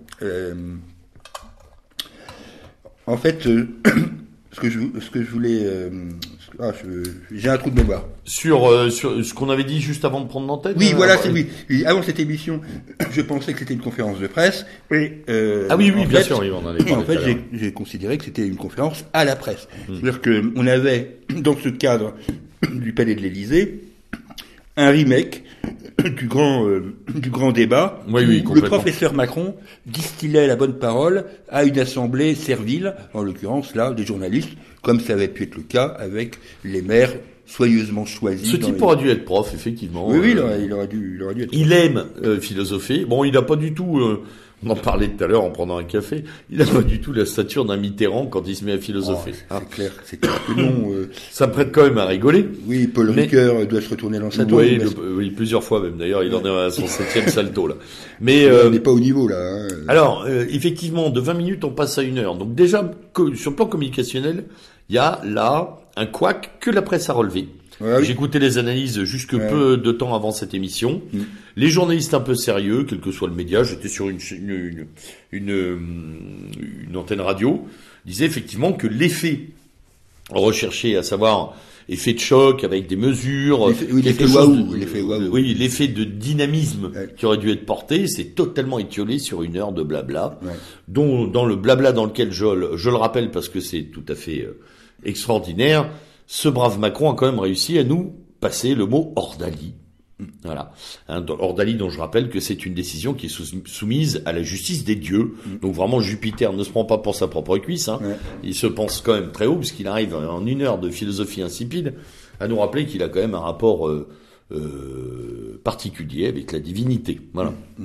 En fait, ce que je voulais, j'ai un trou de mémoire. Sur ce qu'on avait dit juste avant de prendre l'antenne. Oui, voilà, oui. Avant cette émission, je pensais que c'était une conférence de presse. Oui, bien sûr, on en est. En fait, j'ai considéré que c'était une conférence à la presse. C'est-à-dire que on avait dans ce cadre du Palais de l'Élysée un remake du grand débat où le professeur Macron distillait la bonne parole à une assemblée servile, en l'occurrence là des journalistes, comme ça avait pu être le cas avec les maires soigneusement choisis. Ce type aurait dû être prof, effectivement. Oui, il aurait dû être prof. Il aime philosopher. Bon, il n'a pas du tout... on en parlait tout à l'heure en prenant un café. Il n'a pas du tout la stature d'un Mitterrand quand il se met à philosopher. C'est clair que non. Ça prête quand même à rigoler. Oui, Paul Ricoeur doit se retourner dans sa tombe. Oui, plusieurs fois même. D'ailleurs, il en est à son 7e salto là. Mais on n'est pas au niveau là. Hein. Alors, effectivement, de 20 minutes, on passe à 1 heure. Donc déjà, sur le plan communicationnel, il y a là un couac que la presse a relevé. Ouais, j'écoutais les analyses jusque peu de temps avant cette émission. Les journalistes un peu sérieux, quel que soit le média, j'étais sur une antenne radio, disaient effectivement que l'effet recherché, à savoir effet de choc avec des mesures, l'effet de dynamisme qui aurait dû être porté, c'est totalement étiolé sur 1 heure de blabla, dont dans le blabla dans lequel je le rappelle parce que c'est tout à fait extraordinaire. Ce brave Macron a quand même réussi à nous passer le mot ordalie. Voilà. Ordalie dont je rappelle que c'est une décision qui est soumise à la justice des dieux. Donc vraiment, Jupiter ne se prend pas pour sa propre cuisse. Il se pense quand même très haut puisqu'il arrive en 1 heure de philosophie insipide à nous rappeler qu'il a quand même un rapport particulier avec la divinité. Voilà.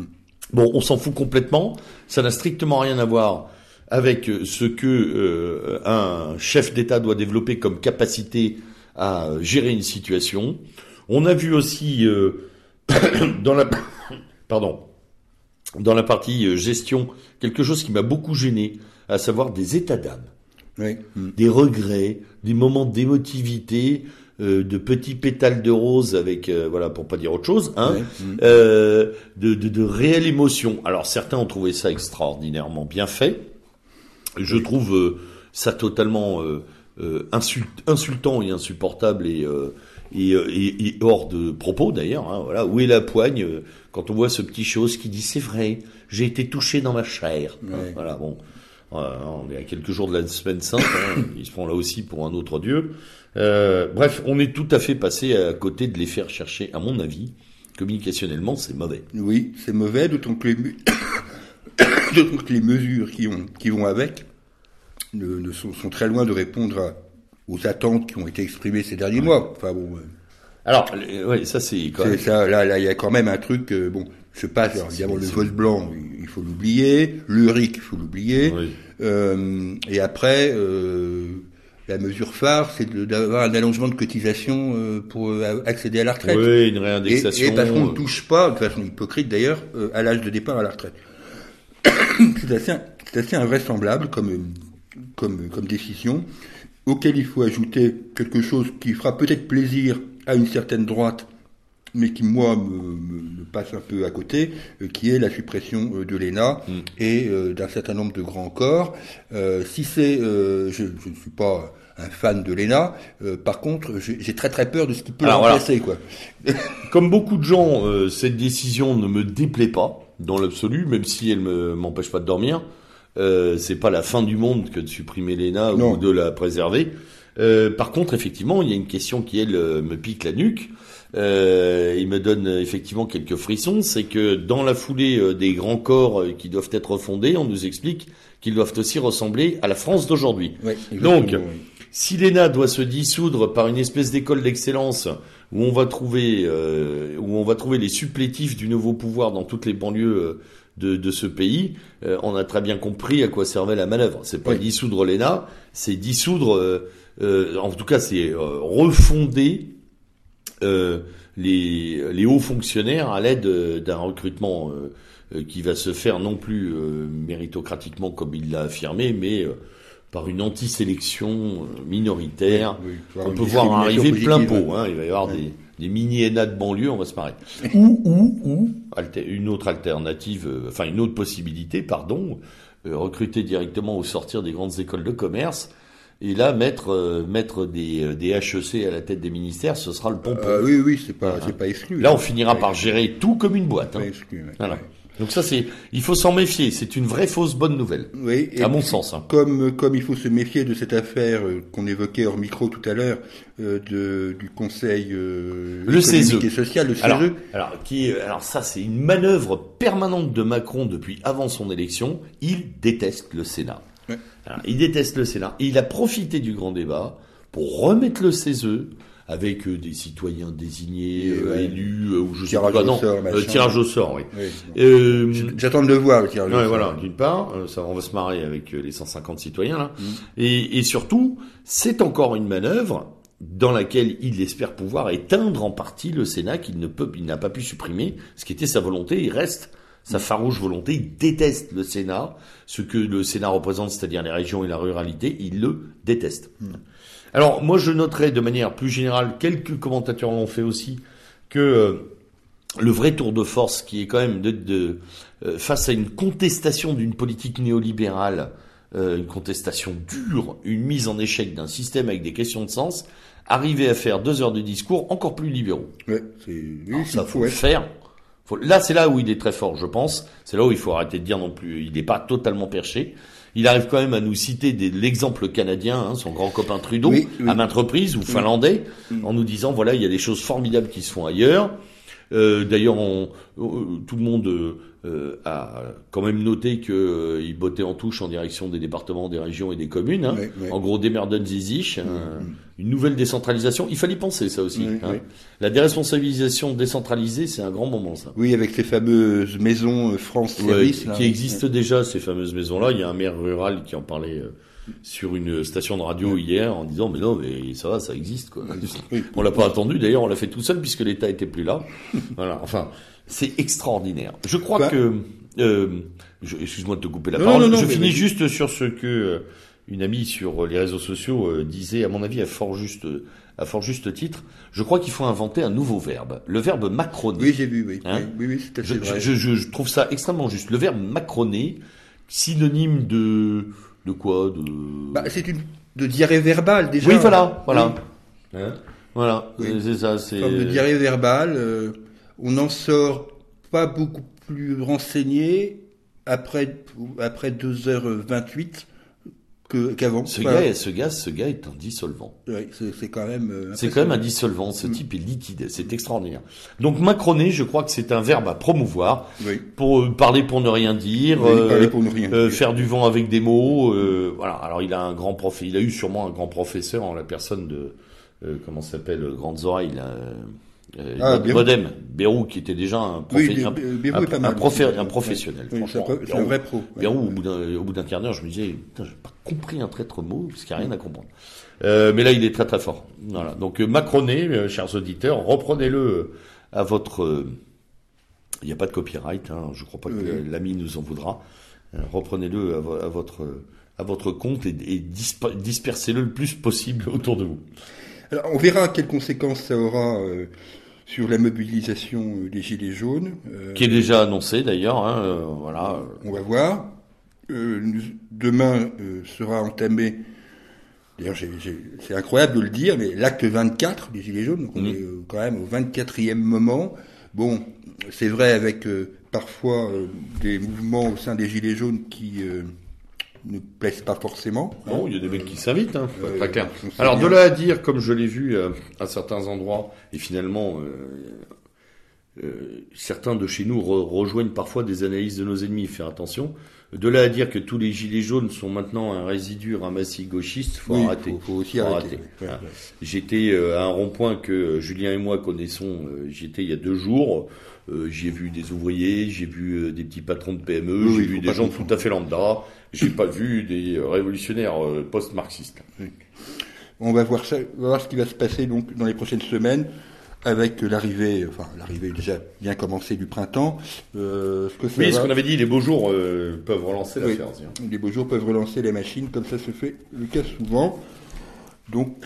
Bon, on s'en fout complètement. Ça n'a strictement rien à voir avec ce que un chef d'État doit développer comme capacité à gérer une situation. On a vu aussi dans la partie gestion quelque chose qui m'a beaucoup gêné, à savoir des états d'âme, des regrets, des moments d'émotivité, de petits pétales de rose avec pour pas dire autre chose, de réelle émotion. Alors certains ont trouvé ça extraordinairement bien fait. Je trouve ça totalement insultant et insupportable et hors de propos d'ailleurs. Voilà, où est la poigne quand on voit ce petit chose qui dit c'est vrai, j'ai été touché dans ma chair. Ouais. Voilà, bon, on est à quelques jours de la semaine sainte. Il se prend là aussi pour un autre dieu. Bref, on est tout à fait passé à côté de les faire chercher. À mon avis, communicationnellement, c'est mauvais. Oui, c'est mauvais, d'autant que les mesures qui vont avec sont très loin de répondre aux attentes qui ont été exprimées ces derniers mois. Enfin bon. Alors, ça c'est quand même. Ça, là, il y a quand même un truc. Je passe. Alors, évidemment, le vote blanc, il faut l'oublier. Le RIC, il faut l'oublier. Oui. Et après, la mesure phare, c'est d'avoir un allongement de cotisation pour accéder à la retraite. Oui, une réindexation. Et parce qu'on ne touche pas, de façon hypocrite d'ailleurs, à l'âge de départ à la retraite. C'est assez invraisemblable comme décision, auquel il faut ajouter quelque chose qui fera peut-être plaisir à une certaine droite, mais qui, moi, me passe un peu à côté, qui est la suppression de l'ENA et d'un certain nombre de grands corps. Si c'est... je ne suis pas un fan de l'ENA, par contre, j'ai très très peur de ce qui peut remplacer, quoi. Comme beaucoup de gens, cette décision ne me déplaît pas, dans l'absolu, même si elle m'empêche pas de dormir. C'est pas la fin du monde que de supprimer l'ENA ou de la préserver. Par contre, effectivement, il y a une question qui, elle, me pique la nuque. Il me donne effectivement quelques frissons. C'est que dans la foulée des grands corps qui doivent être fondés, on nous explique qu'ils doivent aussi ressembler à la France d'aujourd'hui. Ouais, donc, si l'ENA doit se dissoudre par une espèce d'école d'excellence où on va trouver les supplétifs du nouveau pouvoir dans toutes les banlieues de ce pays, on a très bien compris à quoi servait la manœuvre. C'est pas dissoudre l'ENA, c'est dissoudre, en tout cas, c'est refonder les hauts fonctionnaires à l'aide d'un recrutement qui va se faire non plus méritocratiquement comme il l'a affirmé, mais par une anti-sélection minoritaire. On peut voir arriver plein pot. Il va y avoir des mini-ENA de banlieue, on va se marrer. Ou une autre alternative, une autre possibilité, recruter directement au sortir des grandes écoles de commerce. Et là, mettre des HEC à la tête des ministères, ce sera le pompon. Oui, c'est pas exclu. Là, on finira par gérer tout comme une boîte. Pas exclu, voilà. Donc ça, il faut s'en méfier. C'est une vraie fausse bonne nouvelle. Oui. À mon sens. Comme il faut se méfier de cette affaire qu'on évoquait hors micro tout à l'heure, du Conseil économique et social, le CESE. Alors ça, c'est une manœuvre permanente de Macron depuis avant son élection. Il déteste le Sénat. Ouais. Alors, il déteste le Sénat. Et il a profité du grand débat pour remettre le CESE avec des citoyens désignés, élus, ou je sais pas, tirage au sort, oui. J'attends de le voir, le tirage au sort. Voilà, d'une part, on va se marrer avec les 150 citoyens, là. Et surtout, c'est encore une manœuvre dans laquelle il espère pouvoir éteindre en partie le Sénat il n'a pas pu supprimer, ce qui était sa volonté, il reste sa farouche volonté, il déteste le Sénat, ce que le Sénat représente, c'est-à-dire les régions et la ruralité, il le déteste. Alors, moi, je noterais de manière plus générale, quelques commentateurs l'ont fait aussi, que le vrai tour de force qui est quand même face à une contestation d'une politique néolibérale, une contestation dure, une mise en échec d'un système avec des questions de sens, arriver à faire 2 heures de discours encore plus libéraux. Ça faut le faire. Là, c'est là où il est très fort, je pense. C'est là où il faut arrêter de dire non plus. Il n'est pas totalement perché. Il arrive quand même à nous citer l'exemple canadien, son grand copain Trudeau, à maintes reprises, ou finlandais, en nous disant, voilà, il y a des choses formidables qui se font ailleurs. D'ailleurs, tout le monde a quand même noté qu'il bottait en touche en direction des départements, des régions et des communes. Hein. Ouais. En gros, démerden Sie sich, une nouvelle décentralisation. Il fallait penser ça aussi. Hein. La déresponsabilisation décentralisée, c'est un grand moment, ça. Oui, avec ces fameuses maisons France Service. Qui existent déjà, ces fameuses maisons-là. Il y a un maire rural qui en parlait sur une station de radio hier en disant mais non mais ça va, ça existe quoi. On l'a pas attendu, d'ailleurs on l'a fait tout seul puisque l'État était plus là. Voilà, enfin c'est extraordinaire. Je crois que excuse-moi de te couper la parole. Je finis juste sur ce que une amie sur les réseaux sociaux disait, à mon avis à fort juste titre. Je crois qu'il faut inventer un nouveau verbe, le verbe macroner. Oui, j'ai vu, oui. Hein oui, c'est assez vrai. Je trouve ça extrêmement juste. Le verbe macroner, synonyme de quoi c'est de diarrhée verbale déjà. Oui, voilà. Oui. Hein voilà, oui. C'est ça. C'est forme de diarrhée verbale. On n'en sort pas beaucoup plus renseigné après 2h28 qu'avant. Ce gars est un dissolvant. Oui, c'est quand même. C'est quand même un dissolvant. Ce type est liquide. C'est extraordinaire. Donc macroner, je crois que c'est un verbe à promouvoir. Oui. Pour parler pour ne rien dire. Parler pour ne rien dire. Faire du vent avec des mots. Voilà. Alors il a eu sûrement un grand professeur en la personne de comment s'appelle Grandes Oreilles là. Bodem, Bérou, qui était déjà un professionnel. Oui, c'est un vrai pro. Bérou, au bout d'un quart d'heure, je me disais, putain, j'ai pas compris un traître mot, parce qu'il n'y a rien à comprendre. Mais là, il est très très fort. Voilà. Donc, macroner, chers auditeurs, reprenez-le à votre, il n'y a pas de copyright, hein, je crois pas que l'ami nous en voudra. Reprenez-le à votre compte et dispersez-le le plus possible autour de vous. Alors, on verra quelles conséquences ça aura sur la mobilisation des Gilets jaunes. Qui est déjà annoncée d'ailleurs. Hein, voilà. On va voir. Demain sera entamé, d'ailleurs c'est incroyable de le dire, mais l'acte 24 des Gilets jaunes, donc on est quand même au 24e moment. Bon, c'est vrai avec parfois des mouvements au sein des Gilets jaunes qui ne plaisent pas forcément. Non, il y a des mecs qui s'invitent, hein, très clair. Alors de là à dire, comme je l'ai vu à certains endroits, et finalement certains de chez nous rejoignent parfois des analyses de nos ennemis, faire attention. De là à dire que tous les gilets jaunes sont maintenant un résidu ramassé gauchiste, faut arrêter. Faut aussi arrêter. Voilà. J'étais à un rond-point que Julien et moi connaissons, j'étais il y a 2 jours. J'ai vu des ouvriers, j'ai vu des petits patrons de PME, j'ai vu des gens tout à fait lambda. J'ai pas vu des révolutionnaires post-marxistes. Oui. On va voir ça, on va voir ce qui va se passer donc dans les prochaines semaines avec l'arrivée déjà bien commencée du printemps. Ce qu'on avait dit, les beaux jours peuvent relancer l'affaire. Les beaux jours peuvent relancer les machines, comme ça se fait le cas souvent. Donc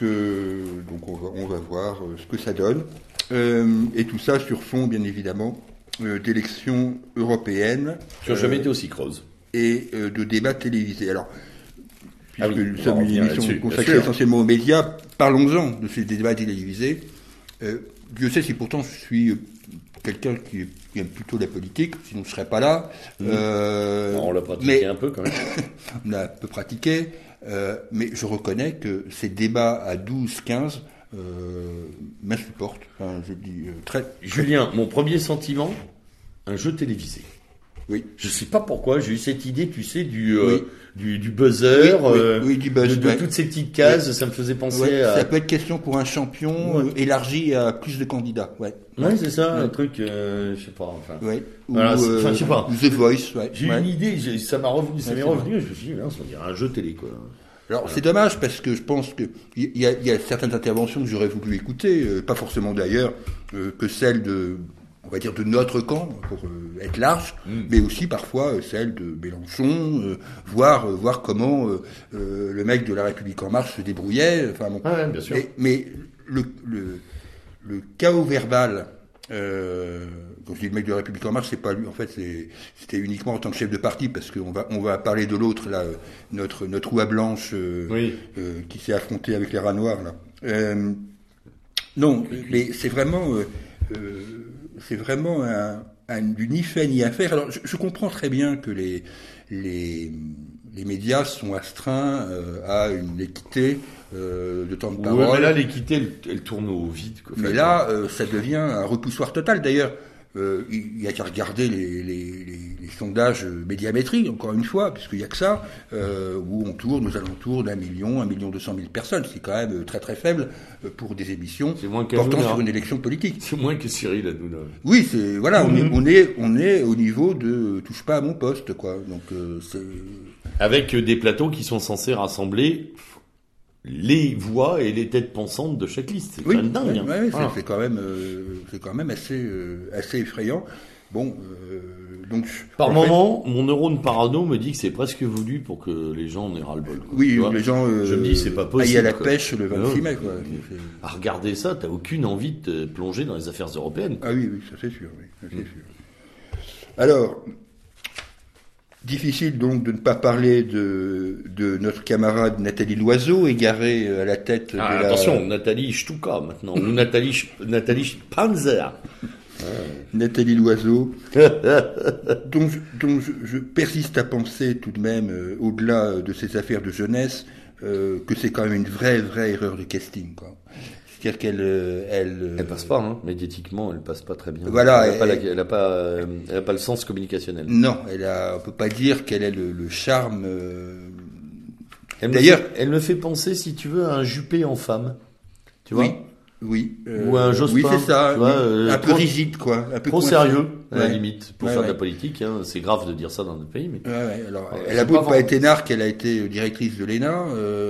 on va voir ce que ça donne. Et tout ça sur fond, bien évidemment, d'élections européennes. Qui n'ont jamais été aussi creuses. Et de débats télévisés. Alors, puisque nous sommes une émission consacrée essentiellement aux médias, parlons-en de ces débats télévisés. Dieu sait si pourtant je suis quelqu'un qui aime plutôt la politique, sinon je ne serais pas là. On l'a pratiqué un peu quand même. On a un peu pratiqué, mais je reconnais que ces débats à 12-15 m'insupportent. Enfin, je dis très... Julien, mon premier sentiment, un jeu télévisé. Oui. Je sais pas pourquoi, j'ai eu cette idée, tu sais, du buzzer, du buzz, de toutes ces petites cases, ça me faisait penser à... Ça peut être question pour un champion élargi à plus de candidats, Ouais, c'est ça, un truc, je sais pas, enfin... Voilà, je sais pas. The Voice, J'ai eu une idée, ça m'est revenu, je me suis dit, on dirait un jeu télé, quoi. Alors c'est dommage parce que je pense que il y a certaines interventions que j'aurais voulu écouter, pas forcément d'ailleurs que celles de, on va dire, de notre camp pour être large, mais aussi parfois celles de Mélenchon, voir comment le mec de La République En Marche se débrouillait. Enfin bon. Bien sûr. Mais le chaos verbal. Quand je dis le mec de La République En Marche, c'est pas lui. En fait, c'était uniquement en tant que chef de parti, parce qu'on va parler de l'autre là, notre oie blanche qui s'est affronté avec les rats noirs là. Non, mais c'est vraiment du ni fait ni à faire. Alors, je comprends très bien que les les médias sont astreints à une équité de temps de parole. Mais là, l'équité, elle tourne au vide. Mais là, ça devient un repoussoir total. D'ailleurs, il y a qu'à regarder les sondages médiamétriques, encore une fois, puisqu'il n'y a que ça, où on tourne aux alentours d'1 million, 1,2 million de personnes. C'est quand même très très faible pour des émissions portant sur une élection politique. C'est moins que Cyril Hanouna. Oui, c'est voilà, on est au niveau de touche pas à mon poste, quoi. Donc c'est avec des plateaux qui sont censés rassembler les voix et les têtes pensantes de chaque liste. C'est quand même dingue. Oui, voilà. c'est quand même assez effrayant. Bon, donc par moment, mon neurone parano me dit que c'est presque voulu pour que les gens en aient ras-le-bol. Oui, les gens. Je me dis c'est pas possible. Il y a la pêche le 26 mai, quoi. À regarder ça, t'as aucune envie de te plonger dans les affaires européennes. Ah oui, ça c'est sûr. Oui, ça, c'est sûr. Alors. Difficile donc de ne pas parler de notre camarade Nathalie Loiseau, égarée à la tête de la... Attention, Nathalie Stuka maintenant, ou Nathalie Panzer. Nathalie Loiseau, dont je persiste à penser tout de même, au-delà de ces affaires de jeunesse, que c'est quand même une vraie erreur de casting, quoi. C'est-à-dire elle passe pas, hein. Médiatiquement, elle passe pas très bien. Voilà, elle a pas le sens communicationnel. Non, on peut pas dire qu'elle ait le charme. D'ailleurs, elle me fait penser, si tu veux, à un Juppé en femme. Tu vois? Oui. Ou un Jospin. Oui, c'est ça. Tu vois, un peu rigide, quoi. Un peu trop sérieux, à la limite, pour faire de la politique. Hein. C'est grave de dire ça dans notre pays, mais. Alors, elle a beau pas être énarque, elle a été directrice de l'ENA.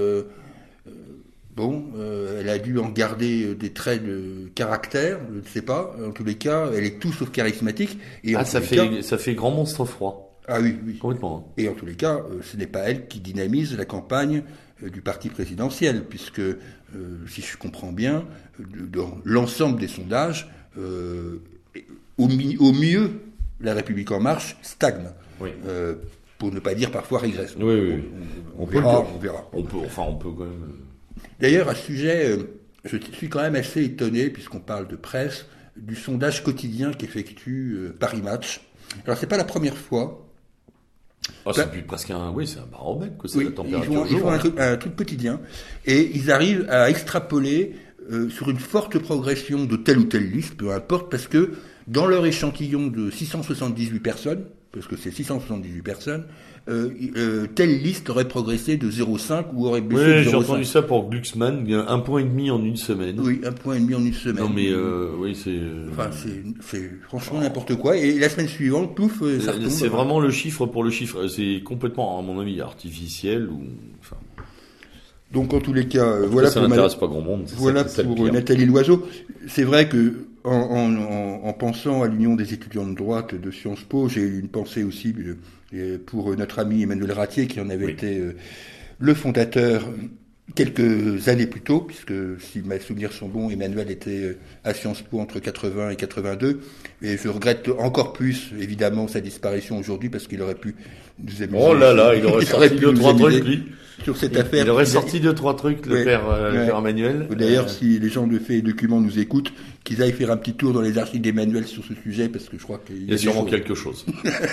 Bon, elle a dû en garder des traits de caractère, je ne sais pas. En tous les cas, elle est tout sauf charismatique. Et ça fait grand monstre froid. Ah oui. Complètement. Hein. Et en tous les cas, ce n'est pas elle qui dynamise la campagne du parti présidentiel, puisque, si je comprends bien, dans l'ensemble des sondages, au mieux, La République En Marche stagne. Oui. Pour ne pas dire parfois régresse. Oui. On verra. On peut quand même... D'ailleurs, à ce sujet, je suis quand même assez étonné, puisqu'on parle de presse, du sondage quotidien qu'effectue Paris Match. Alors, c'est pas la première fois. C'est presque c'est un baromètre, que c'est la température. Ils font un truc quotidien, et ils arrivent à extrapoler sur une forte progression de telle ou telle liste, peu importe, parce que dans leur échantillon de 678 personnes, parce que c'est 678 personnes, telle liste aurait progressé de 0,5 ou aurait baissé de 0,5. Oui, j'ai entendu ça pour Glucksmann, 1,5 point en une semaine. Oui, 1,5 point en une semaine. Non mais oui, c'est... Enfin, c'est franchement n'importe quoi. Et la semaine suivante, pouf, ça retombe. C'est vraiment le chiffre pour le chiffre. C'est complètement, à mon avis, artificiel ou... Enfin... Donc en tous les cas, voilà ça n'intéresse pas grand monde. Voilà pour Nathalie Loiseau. C'est vrai que en pensant à l'Union des étudiants de droite de Sciences Po, j'ai eu une pensée aussi pour notre ami Emmanuel Ratier, qui en avait été le fondateur quelques années plus tôt, puisque si mes souvenirs sont bons, Emmanuel était à Sciences Po entre 80 et 82, et je regrette encore plus évidemment sa disparition aujourd'hui, parce qu'il aurait pu nous amuser. Oh là là, il aurait sorti 2-3 trucs, lui. Sur cette affaire. Il aurait sorti 2-3 trucs, le père Emmanuel. D'ailleurs, si les gens de Faits et Documents nous écoutent, qu'ils aillent faire un petit tour dans les archives d'Emmanuel sur ce sujet, parce que je crois qu'il y a sûrement quelque chose.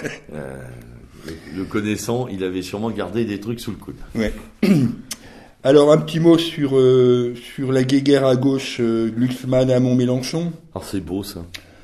Le connaissant, il avait sûrement gardé des trucs sous le coude. Ouais. Alors, un petit mot sur la guéguerre à gauche, Glucksmann, Hamon-Mélenchon. Alors, c'est beau, ça.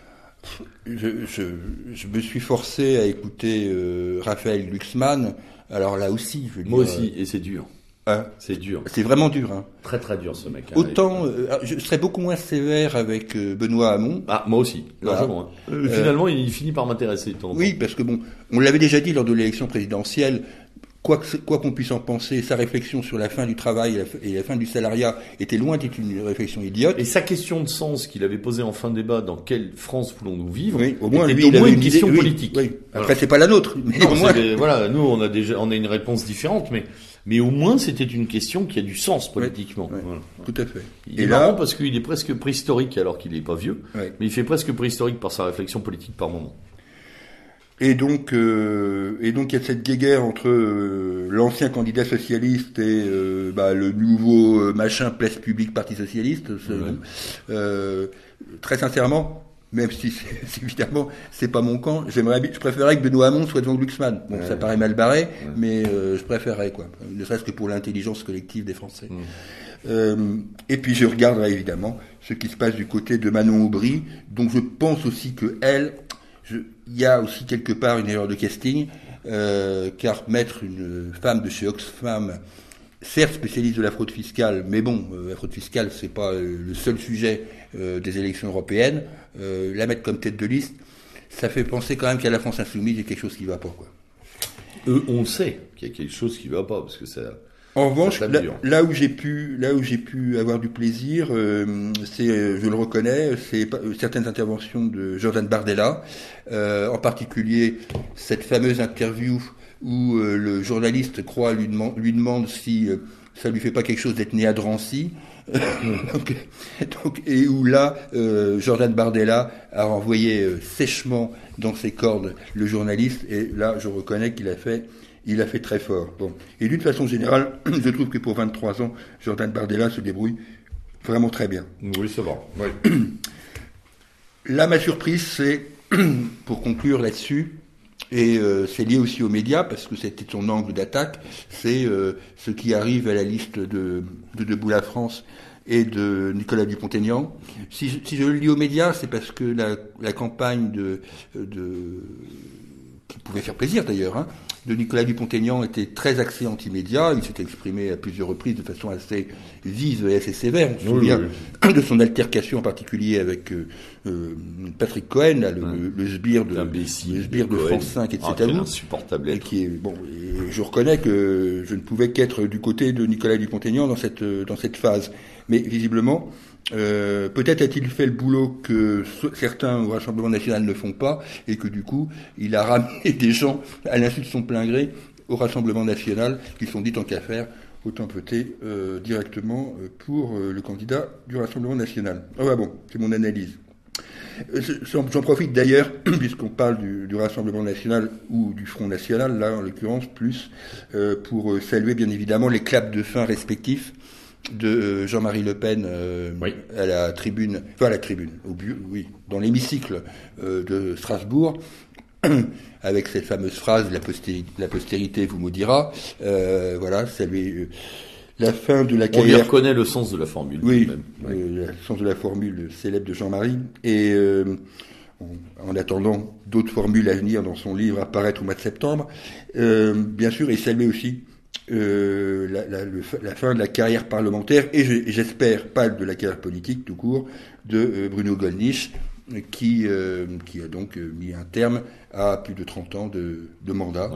Je me suis forcé à écouter Raphaël Glucksmann. Alors là aussi, je veux dire... Moi aussi, et c'est dur. C'est dur. C'est vraiment dur. Hein. Très très dur, ce mec. Autant, je serais beaucoup moins sévère avec Benoît Hamon. Ah, moi aussi, largement. Voilà. Finalement, il finit par m'intéresser. Oui, parce que bon, on l'avait déjà dit lors de l'élection présidentielle, quoi qu'on puisse en penser, sa réflexion sur la fin du travail et la fin du salariat était loin d'être une réflexion idiote. Et sa question de sens qu'il avait posée en fin de débat, dans quelle France voulons-nous vivre, au moins, était au moins une question politique. Oui. Après, c'est pas la nôtre. Mais non, voilà, nous, on a une réponse différente, mais au moins, c'était une question qui a du sens politiquement. Ouais, voilà. Tout à fait. Il est marrant parce qu'il est presque préhistorique alors qu'il n'est pas vieux, mais il fait presque préhistorique par sa réflexion politique par moment. Et donc, il y a cette guéguerre entre l'ancien candidat socialiste et le nouveau machin place publique Parti socialiste. Très sincèrement, Même si évidemment c'est pas mon camp. Je préférerais que Benoît Hamon soit devant Glucksmann. Bon, ça paraît mal barré, mais je préférerais, quoi. Ne serait-ce que pour l'intelligence collective des Français. Et puis je regarderai évidemment ce qui se passe du côté de Manon Aubry, dont je pense aussi que il y a aussi quelque part une erreur de casting, car mettre une femme de chez Oxfam, certes spécialiste de la fraude fiscale, mais bon, la fraude fiscale c'est pas le seul sujet des élections européennes, la mettre comme tête de liste, ça fait penser quand même qu'à la France Insoumise il y a quelque chose qui va pas, quoi. On sait qu'il y a quelque chose qui va pas, parce que ça. En revanche, là où j'ai pu avoir du plaisir, c'est, je le reconnais, c'est certaines interventions de Jordan Bardella, en particulier cette fameuse interview où le journaliste lui demande si ça lui fait pas quelque chose d'être né à Drancy. Et où là, Jordan Bardella a renvoyé sèchement dans ses cordes le journaliste, et là, je reconnais qu'il a fait très fort. Bon. Et d'une façon générale, je trouve que pour 23 ans, Jordan Bardella se débrouille vraiment très bien. Oui, ça va. Ouais. Là, ma surprise, c'est, pour conclure là-dessus, et c'est lié aussi aux médias, parce que c'était son angle d'attaque, c'est ce qui arrive à la liste de Debout la France et de Nicolas Dupont-Aignan. Si je le lis aux médias, c'est parce que la campagne qui pouvait faire plaisir d'ailleurs, de Nicolas Dupont-Aignan était très axé anti-média. Il s'était exprimé à plusieurs reprises de façon assez vive et assez sévère. On se souvient de son altercation en particulier avec Patrick Cohen, là, le sbire de France 5, etc. Insupportable. Et qui est, bon, et je reconnais que je ne pouvais qu'être du côté de Nicolas Dupont-Aignan dans cette phase. Mais visiblement, peut-être a-t-il fait le boulot que certains au Rassemblement national ne font pas, et que du coup, il a ramené des gens à l'insu de son plein gré au Rassemblement national, qui se sont dit tant qu'à faire, autant voter directement pour le candidat du Rassemblement national. Bon, c'est mon analyse. J'en profite d'ailleurs, puisqu'on parle du Rassemblement national ou du Front national, là en l'occurrence plus, pour saluer bien évidemment les claps de fin respectifs de Jean-Marie Le Pen à la tribune, dans l'hémicycle de Strasbourg, avec cette fameuse phrase la postérité vous maudira. Saluer la fin de la carrière. On lui reconnaît le sens de la formule. Oui, le sens de la formule célèbre de Jean-Marie. Et en attendant d'autres formules à venir dans son livre à paraître au mois de septembre, bien sûr, et saluer aussi la fin de la carrière parlementaire, et j'espère pas de la carrière politique tout court, de Bruno Gollnisch, qui a donc mis un terme à plus de 30 ans de mandat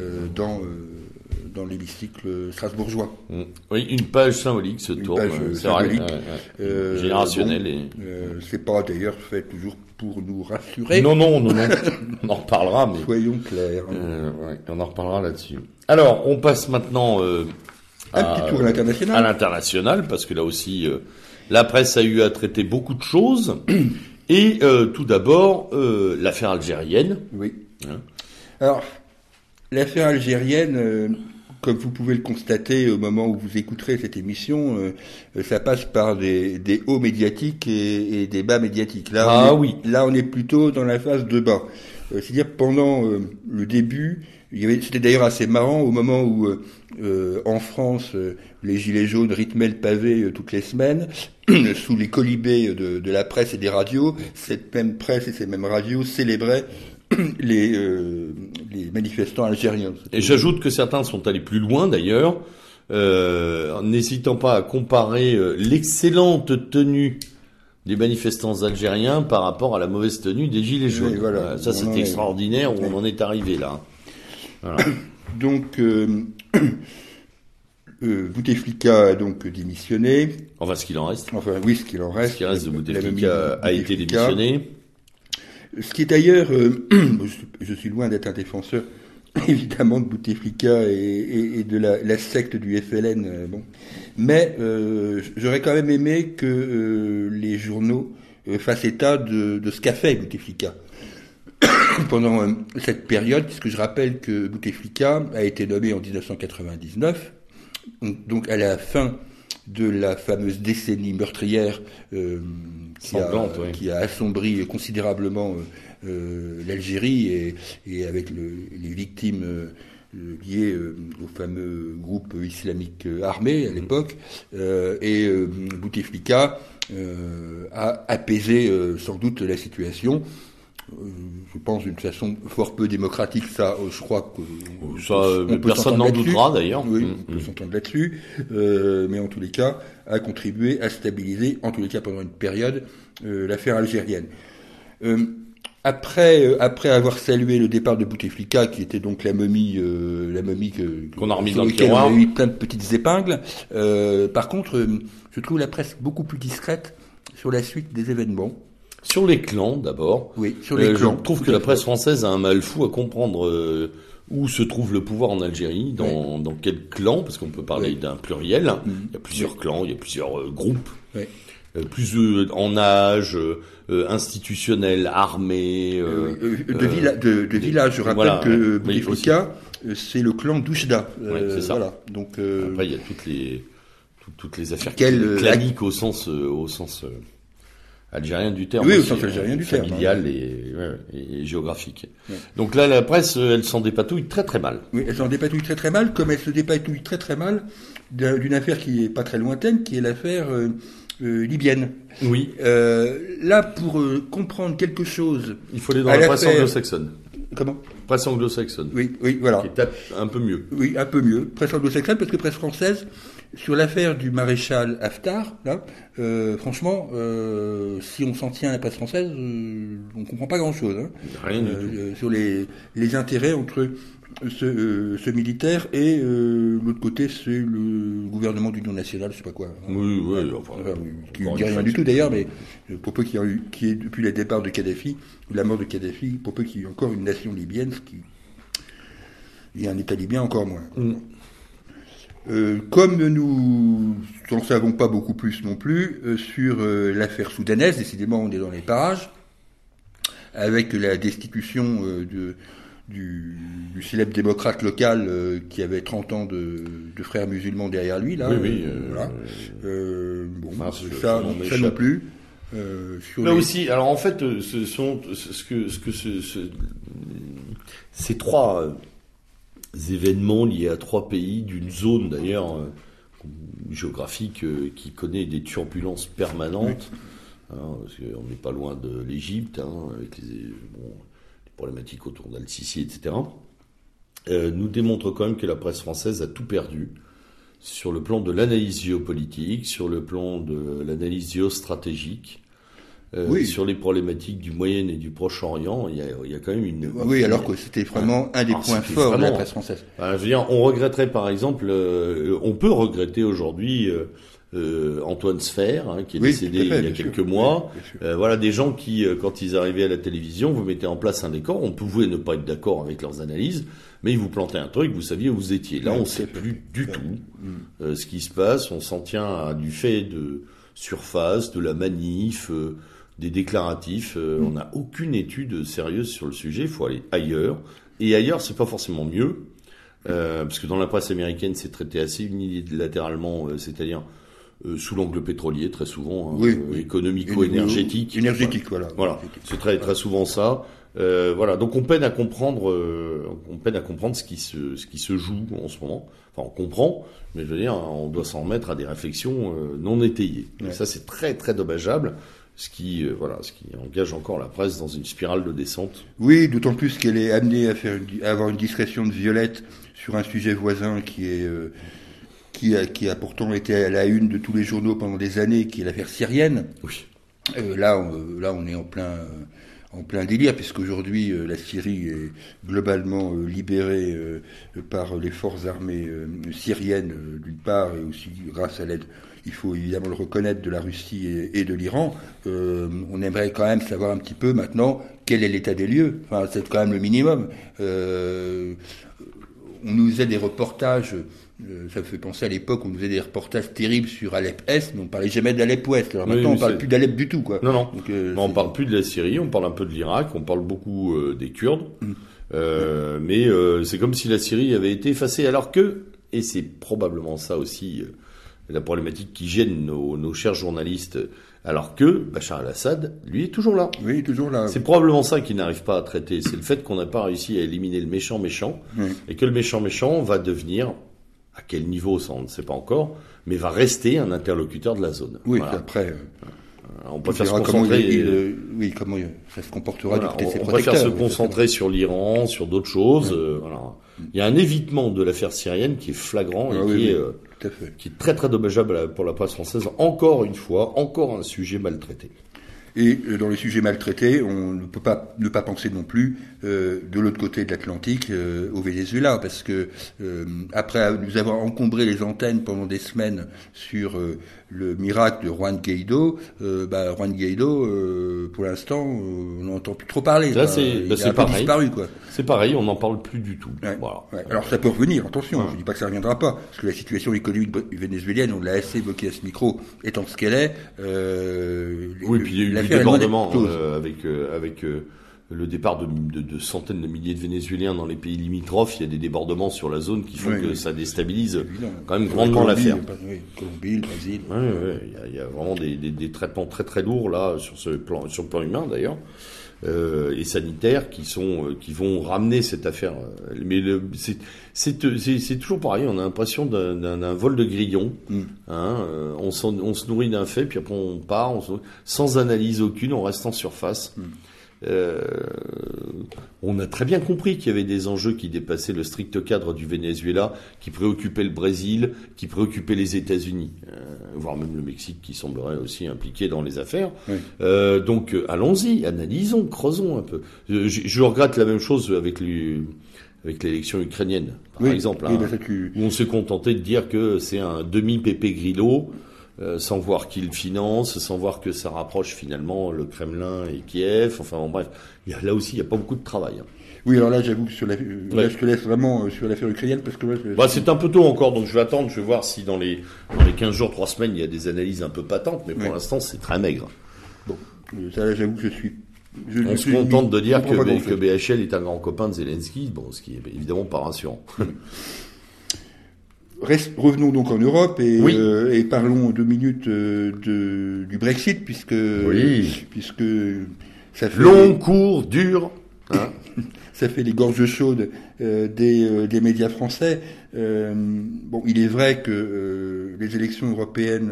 dans l'hémicycle strasbourgeois. Oui, une page symbolique se tourne, c'est vrai, générationnelle. C'est pas d'ailleurs fait toujours pour nous rassurer. Non, on en reparlera, mais soyons clairs. On en reparlera là-dessus. Alors, on passe maintenant petit tour à l'international, parce que là aussi, la presse a eu à traiter beaucoup de choses. Et tout d'abord, l'affaire algérienne. Oui. Alors, l'affaire algérienne, comme vous pouvez le constater au moment où vous écouterez cette émission, ça passe par des hauts médiatiques et des bas médiatiques. Là, on est plutôt dans la phase de bas. C'est-à-dire pendant le début, c'était d'ailleurs assez marrant au moment où en France les gilets jaunes rythmaient le pavé toutes les semaines sous les colibés de la presse et des radios. Cette même presse et ces mêmes radios célébraient les manifestants algériens. Et j'ajoute que certains sont allés plus loin d'ailleurs, n'hésitant pas à comparer l'excellente tenue des manifestants algériens par rapport à la mauvaise tenue des gilets jaunes. Oui, voilà. Ça, c'est extraordinaire où on en est arrivé là. Voilà. Donc, Bouteflika a donc démissionné. Enfin, ce qu'il en reste. Enfin, oui, ce qu'il en reste. Ce qui reste de Bouteflika a été démissionné. Ce qui est d'ailleurs, je suis loin d'être un défenseur, évidemment, de Bouteflika et de la secte du FLN. Mais j'aurais quand même aimé que les journaux fassent état de ce qu'a fait Bouteflika pendant cette période, puisque je rappelle que Bouteflika a été nommé en 1999, donc à la fin de la fameuse décennie meurtrière qui a assombri considérablement l'Algérie et avec les victimes liées au fameux groupe islamique armé à l'époque. Et Bouteflika a apaisé sans doute la situation. Je pense d'une façon fort peu démocratique, ça, je crois que personne n'en doutera d'ailleurs. Oui, on peut s'entendre là-dessus, mais en tous les cas, a contribué à stabiliser, en tous les cas pendant une période, l'affaire algérienne. Après avoir salué le départ de Bouteflika, qui était donc la momie qu'on a remis dans le laquelle tiroir, on a eu plein de petites épingles. Par contre, je trouve la presse beaucoup plus discrète sur la suite des événements. Sur les clans, d'abord. Oui, sur les clans. Je trouve que la presse française a un mal fou à comprendre où se trouve le pouvoir en Algérie, dans quel clan, parce qu'on peut parler d'un pluriel. Il y a plusieurs clans, il y a plusieurs groupes. Plus en âge, institutionnel, armé. De village. Je rappelle que Bouteflika, c'est le clan d'Oujda. C'est ça. Voilà. Donc, après, il y a toutes les affaires claniques au sens algérien du terme. Oui, au sens algérien du terme. Familial et géographique. Ouais. Donc là, la presse, elle s'en dépatouille très très mal. Oui, elle s'en dépatouille très très mal, comme elle se dépatouille très très mal d'une affaire qui est pas très lointaine, qui est l'affaire libyenne. Oui. Là, pour comprendre quelque chose... Il faut aller dans la presse anglo-saxonne. Comment ? Presse anglo-saxonne. Oui, voilà. Qui tape un peu mieux. Oui, un peu mieux. Presse anglo-saxonne, parce que presse française... Sur l'affaire du maréchal Haftar, là, franchement, si on s'en tient à la presse française, on comprend pas grand-chose. Hein. Rien du tout. Sur les intérêts entre ce militaire et l'autre côté, c'est le gouvernement d'union nationale, je sais pas quoi. Oui, qui ne dit rien du tout d'ailleurs, mais pour peu qu'il y ait depuis le départ de Kadhafi, ou la mort de Kadhafi, pour peu qu'il y ait encore une nation libyenne, il y a un État libyen encore moins. Comme nous n'en savons pas beaucoup plus non plus sur l'affaire soudanaise, décidément on est dans les parages, avec la destitution du célèbre démocrate local qui avait 30 ans de frères musulmans derrière lui. Là, voilà. Ça non plus. Là aussi, alors en fait, ces trois événements liés à trois pays d'une zone d'ailleurs géographique qui connaît des turbulences permanentes, parce qu'on n'est pas loin de l'Égypte, avec les problématiques autour d'Al-Sisi, etc. Nous démontre quand même que la presse française a tout perdu sur le plan de l'analyse géopolitique, sur le plan de l'analyse géostratégique. Sur les problématiques du Moyen et du Proche-Orient, il y a quand même une... Oui, alors que c'était vraiment un des points forts de la presse française. Je veux dire, on regretterait par exemple, on peut regretter aujourd'hui Antoine Sfer, qui est décédé il y a quelques mois. Voilà, des gens qui, quand ils arrivaient à la télévision, vous mettez en place un décor, on pouvait ne pas être d'accord avec leurs analyses, mais ils vous plantaient un truc, vous saviez où vous étiez. Là, on ne sait plus du tout ce qui se passe, on s'en tient à du fait de surface, de la manif... des déclaratifs, on n'a aucune étude sérieuse sur le sujet, il faut aller ailleurs. Et ailleurs, c'est pas forcément mieux, parce que dans la presse américaine, c'est traité assez unilatéralement, c'est-à-dire sous l'angle pétrolier, très souvent, économico-énergétique. Énergétique, voilà. Voilà, c'est très très souvent ça. Voilà, donc on peine à comprendre ce qui se joue en ce moment. Enfin, on comprend, mais je veux dire, on doit s'en remettre à des réflexions non étayées. Et ça, c'est très très dommageable. Ce qui engage encore la presse dans une spirale de descente. Oui, d'autant plus qu'elle est amenée à avoir une discrétion de Violette sur un sujet voisin qui a pourtant été à la une de tous les journaux pendant des années, qui est l'affaire syrienne. Oui. Là, on est en plein délire, puisqu'aujourd'hui, la Syrie est globalement libérée par les forces armées syriennes, d'une part, et aussi grâce à l'aide, il faut évidemment le reconnaître, de la Russie et de l'Iran. On aimerait quand même savoir un petit peu maintenant quel est l'état des lieux. Enfin, c'est quand même le minimum. On nous faisait des reportages, ça me fait penser à l'époque, on nous faisait des reportages terribles sur Alep-Est, mais on parlait jamais d'Alep-Ouest. Alors maintenant, on parle plus d'Alep du tout, quoi. Non. Donc, on parle plus de la Syrie, on parle un peu de l'Irak, on parle beaucoup des Kurdes. Mais c'est comme si la Syrie avait été effacée, alors que, et c'est probablement ça aussi la problématique qui gêne nos chers journalistes, alors que Bachar el-Assad, lui, est toujours là. Oui, toujours là. C'est probablement ça qu'ils n'arrivent pas à traiter. C'est le fait qu'on n'a pas réussi à éliminer le méchant, et que le méchant va devenir, à quel niveau, ça on ne sait pas encore, mais va rester un interlocuteur de la zone. Oui, voilà. Après... on préfère se concentrer. Comment ça se comportera voilà, du côté de ses on protecteurs. préfère se concentrer sur l'Iran, sur d'autres choses. Voilà. Il y a un évitement de l'affaire syrienne qui est flagrant et qui est très très dommageable pour la presse française. Encore une fois, encore un sujet maltraité. Et dans les sujets maltraités, on ne peut pas ne pas penser non plus de l'autre côté de l'Atlantique au Venezuela, parce que après nous avoir encombré les antennes pendant des semaines sur le miracle de Juan Guaido, Juan Guaido, pour l'instant, on n'entend plus trop parler. Là, c'est pareil. Disparu, quoi. C'est pareil, on n'en parle plus du tout. Ouais. Voilà. Ouais. Alors ça peut revenir, attention, je ne dis pas que ça ne reviendra pas, parce que la situation économique vénézuélienne, on l'a assez évoqué à ce micro, étant ce qu'elle est. Oui, puis il y a eu des débordements avec le départ de centaines de milliers de Vénézuéliens dans les pays limitrophes. Il y a des débordements sur la zone qui font que ça déstabilise quand même grandement l'affaire. Oui, Colombie, le Brésil. Il y a vraiment des traitements très très lourds là sur le plan humain d'ailleurs. Et sanitaires qui vont ramener cette affaire. Mais c'est toujours pareil. On a l'impression d'un vol de grillon. On se nourrit d'un fait, puis après on part, sans analyse aucune, on reste en surface. On a très bien compris qu'il y avait des enjeux qui dépassaient le strict cadre du Venezuela, qui préoccupaient le Brésil, qui préoccupaient les États-Unis, voire même le Mexique qui semblerait aussi impliqué dans les affaires. Donc allons-y, analysons, creusons un peu. Je regrette la même chose avec l'élection ukrainienne, par exemple, où on s'est contenté de dire que c'est un demi-Pepe Grillo, sans voir qui le finance, sans voir que ça rapproche finalement le Kremlin et Kiev. Enfin bon, bref, là aussi, il n'y a pas beaucoup de travail. Oui, alors là, j'avoue que je te laisse vraiment sur l'affaire ukrainienne, parce que c'est un peu tôt encore, donc je vais attendre, je vais voir si dans les 15 jours, 3 semaines, il y a des analyses un peu patentes, mais pour l'instant, c'est très maigre. Bon, ça là, j'avoue que on se contente de dire que BHL est un grand copain de Zelensky, ce qui est évidemment pas rassurant. Revenons donc en Europe et parlons 2 minutes du Brexit, puisque ça fait long, court, dur. Ça fait les gorges chaudes des médias français. Il est vrai que les élections européennes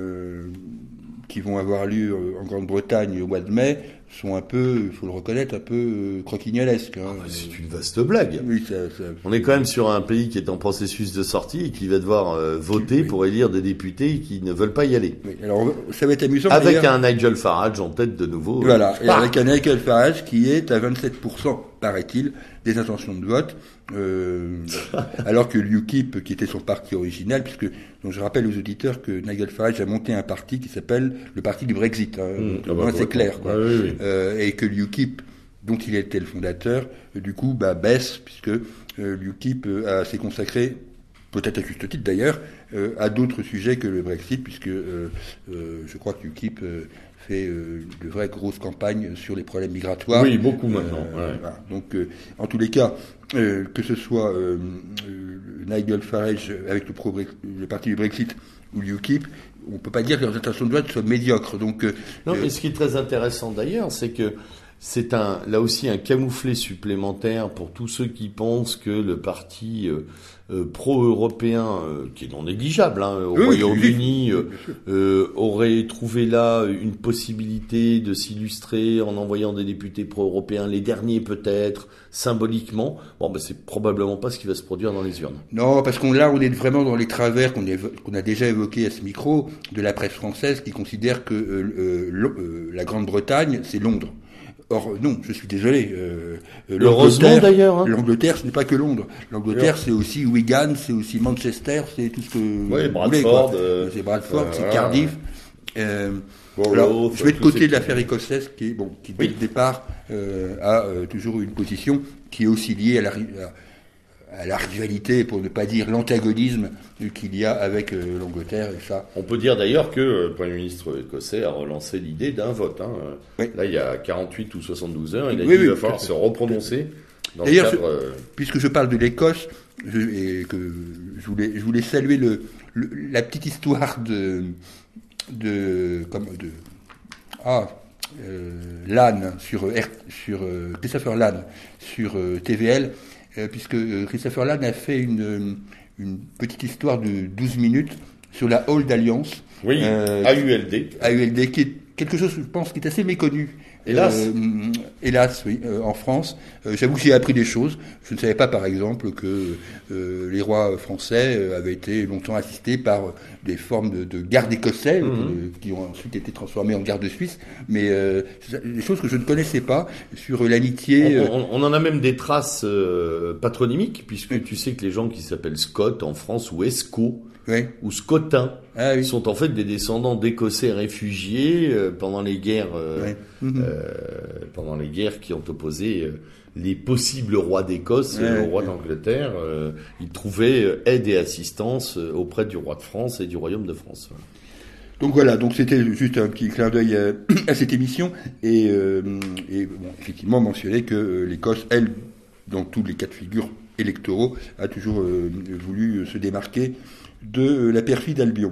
qui vont avoir lieu en Grande-Bretagne au mois de mai sont un peu, il faut le reconnaître, un peu croquignolesques. C'est une vaste blague. Oui, on est quand même sur un pays qui est en processus de sortie et qui va devoir voter pour élire des députés qui ne veulent pas y aller. Oui, alors ça va être amusant. Avec un Nigel Farage en tête de nouveau. Voilà, et avec un Nigel Farage qui est à 27%, paraît-il, des intentions de vote, alors que l'UKIP, qui était son parti original, donc je rappelle aux auditeurs que Nigel Farage a monté un parti qui s'appelle le parti du Brexit. C'est clair, quoi. Et que l'UKIP, dont il était le fondateur, du coup, baisse, puisque l'UKIP s'est consacré, peut-être à juste titre d'ailleurs, à d'autres sujets que le Brexit, puisque je crois que l'UKIP fait de vraies grosses campagnes sur les problèmes migratoires. Oui, beaucoup maintenant. Voilà. Donc, en tous les cas, que ce soit Nigel Farage avec le parti du Brexit ou l'UKIP, on ne peut pas dire que leurs intentions de vote soient médiocres. Donc, non, mais ce qui est très intéressant d'ailleurs, c'est que c'est là aussi un camouflet supplémentaire pour tous ceux qui pensent que le parti pro-européen, qui est non négligeable au Royaume-Uni, aurait trouvé là une possibilité de s'illustrer en envoyant des députés pro-européens, les derniers peut-être, symboliquement. C'est probablement pas ce qui va se produire dans les urnes. Non, parce on est vraiment dans les travers qu'on a déjà évoqués à ce micro de la presse française qui considère que la Grande-Bretagne, c'est Londres. Or, non, je suis désolé. Heureusement d'ailleurs. L'Angleterre, ce n'est pas que Londres. L'Angleterre, c'est aussi Wigan, c'est aussi Manchester, c'est tout ce que vous Bradford, voulez. C'est Bradford, c'est Cardiff. Alors, je vais de côté de l'affaire écossaise qui dès le départ, a toujours eu une position qui est aussi liée à la rivalité, pour ne pas dire l'antagonisme qu'il y a avec l'Angleterre. Et ça. On peut dire d'ailleurs que le Premier ministre écossais a relancé l'idée d'un vote. Là, il y a 48 ou 72 heures, il a dit qu'il va falloir se reprononcer dans D'ailleurs, le cadre, puisque je parle de l'Écosse, et que je voulais saluer la petite histoire Lannes sur Christopher Lannes sur TVL, puisque Christopher Lannes a fait une petite histoire de 12 minutes sur la Hall d'Alliance. Oui, AULD, qui est quelque chose, je pense, qui est assez méconnu. Hélas. Hélas, oui, en France. J'avoue que j'ai appris des choses. Je ne savais pas, par exemple, que les rois français avaient été longtemps assistés par des formes de gardes écossais, qui ont ensuite été transformés en gardes suisses. Mais des choses que je ne connaissais pas sur l'amitié. On en a même des traces patronymiques, puisque tu sais que les gens qui s'appellent Scott en France, ou Esco, oui. ou Scotin, sont en fait des descendants d'Écossais réfugiés pendant les guerres, pendant les guerres qui ont opposé les possibles rois d'Écosse au roi d'Angleterre. Ils trouvaient aide et assistance auprès du roi de France et du royaume de France. Donc voilà, donc c'était juste un petit clin d'œil à cette émission et effectivement mentionner que l'Écosse, elle, dans tous les cas de figure électoraux, a toujours voulu se démarquer de la perfide Albion.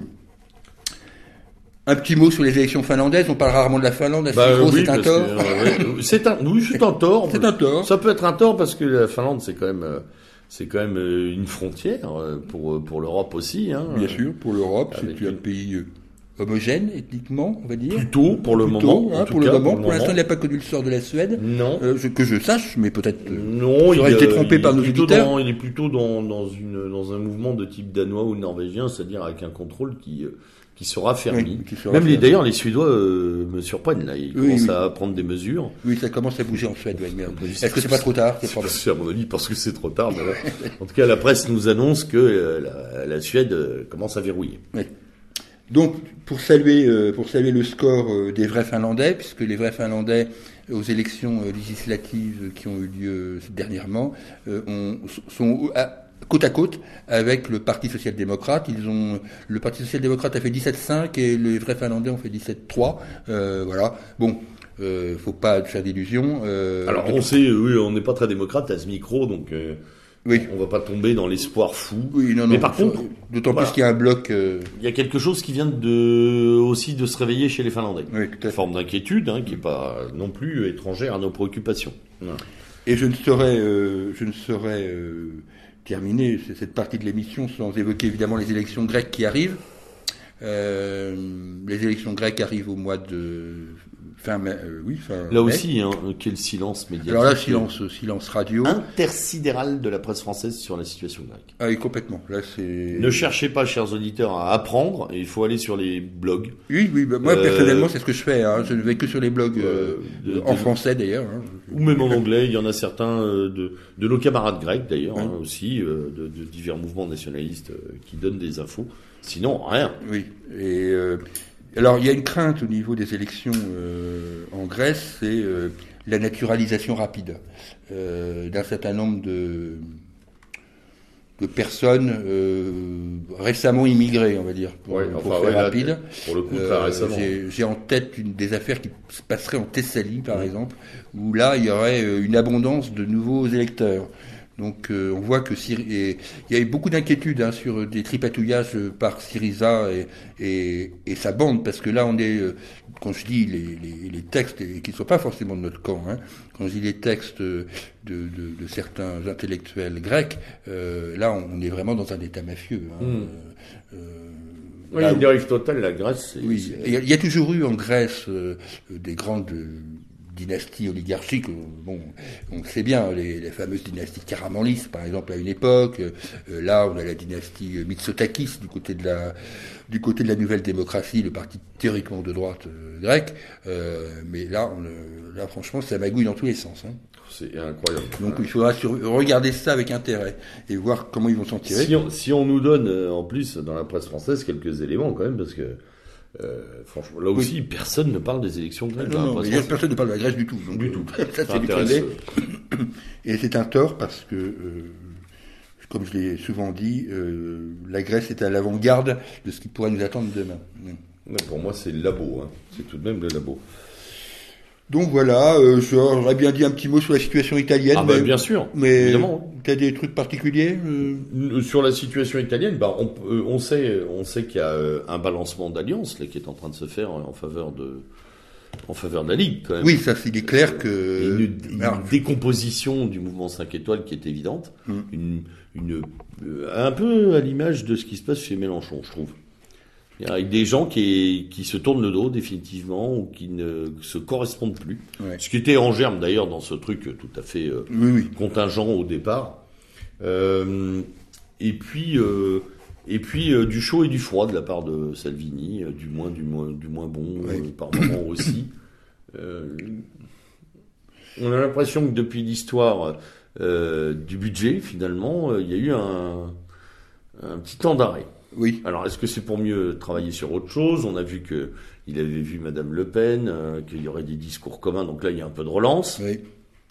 Un petit mot sur les élections finlandaises. On parle rarement de la Finlande. C'est un tort. C'est un tort. C'est un tort. Ça peut être un tort parce que la Finlande, c'est quand même une frontière pour l'Europe aussi. Hein. Bien sûr, pour l'Europe, c'est un pays homogène ethniquement, on va dire. Plutôt pour le moment. Pour l'instant, il n'a pas connu le sort de la Suède. Non. Que je sache, mais peut-être. Non, j'aurais été trompé par nos auditeurs. Il est plutôt dans un mouvement de type danois ou norvégien, c'est-à-dire avec un contrôle qui sera fermi. D'ailleurs, les Suédois me surprennent là. Ils commencent à prendre des mesures. Oui, ça commence à bouger en Suède. Est-ce que c'est pas trop tard? C'est à mon avis parce que c'est trop tard. En tout cas, la presse nous annonce que la Suède commence à verrouiller. Oui. Donc, pour saluer le score des vrais Finlandais, puisque les vrais Finlandais aux élections législatives qui ont eu lieu dernièrement sont côte à côte avec le Parti social-démocrate. Le Parti social-démocrate a fait 17,5 et les vrais Finlandais ont fait 17,3. Voilà. Bon. Faut pas faire d'illusions. Alors on sait, on n'est pas très démocrate à ce micro, donc on va pas tomber dans l'espoir fou. Oui, non, mais par contre, d'autant plus qu'il y a un bloc. Il y a quelque chose qui vient aussi de se réveiller chez les Finlandais. Oui, tout à fait. Une forme d'inquiétude qui est pas non plus étrangère à nos préoccupations. Voilà. Et je ne saurais terminer cette partie de l'émission sans évoquer évidemment les élections grecques qui arrivent. Les élections grecques arrivent au mois de fin mai. Là aussi, quel silence médiatique. Alors là, silence radio. Intersidéral de la presse française sur la situation grecque. Ah oui, complètement. Là, c'est. Ne cherchez pas, chers auditeurs, à apprendre. Il faut aller sur les blogs. Oui. Moi, personnellement, c'est ce que je fais. Je ne vais que sur les blogs en français d'ailleurs. Ou même en anglais. Il y en a certains de nos camarades grecs d'ailleurs aussi, de divers mouvements nationalistes qui donnent des infos. Sinon, rien. Oui. Et alors, il y a une crainte au niveau des élections en Grèce, c'est la naturalisation rapide d'un certain nombre de personnes récemment immigrées, on va dire, pour faire rapide. Là, pour le coup, très récemment. J'ai en tête des affaires qui se passeraient en Thessalie, par exemple, où là, il y aurait une abondance de nouveaux électeurs. Donc on voit que il y a eu beaucoup d'inquiétudes sur des tripatouillages par Syriza et sa bande, parce que là on est, quand je dis les textes qui ne sont pas forcément de notre camp, quand je dis les textes de certains intellectuels grecs, là on est vraiment dans un état mafieux. Oui, une dérive totale, la Grèce. Oui, il y a toujours eu en Grèce des grandes dynasties oligarchiques. Bon, on sait bien, les fameuses dynasties Karamanlis, par exemple, à une époque. Là, on a la dynastie Mitsotakis du côté de la nouvelle démocratie, le parti théoriquement de droite grec. Mais là, franchement, ça magouille dans tous les sens. C'est incroyable. Donc il faudra regarder ça avec intérêt et voir comment ils vont s'en tirer. Si on nous donne, en plus, dans la presse française, quelques éléments quand même, parce que franchement, là aussi, personne ne parle des élections grecques. Non, personne ne parle de la Grèce du tout. Donc, du tout. Ça, c'est décalé. Et c'est un tort parce que, comme je l'ai souvent dit, la Grèce est à l'avant-garde de ce qui pourrait nous attendre demain. Pour moi, c'est le labo. C'est tout de même le labo. Donc voilà, j'aurais bien dit un petit mot sur la situation italienne. Ah bien sûr, mais évidemment. T'as des trucs particuliers Sur la situation italienne, on sait qu'il y a un balancement d'alliance là qui est en train de se faire en faveur de la Ligue, quand même. Oui, ça, il est clair que... Une décomposition du mouvement 5 étoiles qui est évidente. Un peu à l'image de ce qui se passe chez Mélenchon, je trouve. Avec des gens qui se tournent le dos, définitivement, ou qui ne se correspondent plus. Ouais. Ce qui était en germe, d'ailleurs, dans ce truc tout à fait contingent au départ. Et puis, du chaud et du froid de la part de Salvini, du moins bon, par moment aussi. On a l'impression que depuis l'histoire du budget, finalement, il y a eu un petit temps d'arrêt. Oui. Alors, est-ce que c'est pour mieux travailler sur autre chose ? On a vu qu'il avait vu Madame Le Pen, qu'il y aurait des discours communs, donc là, il y a un peu de relance. Oui.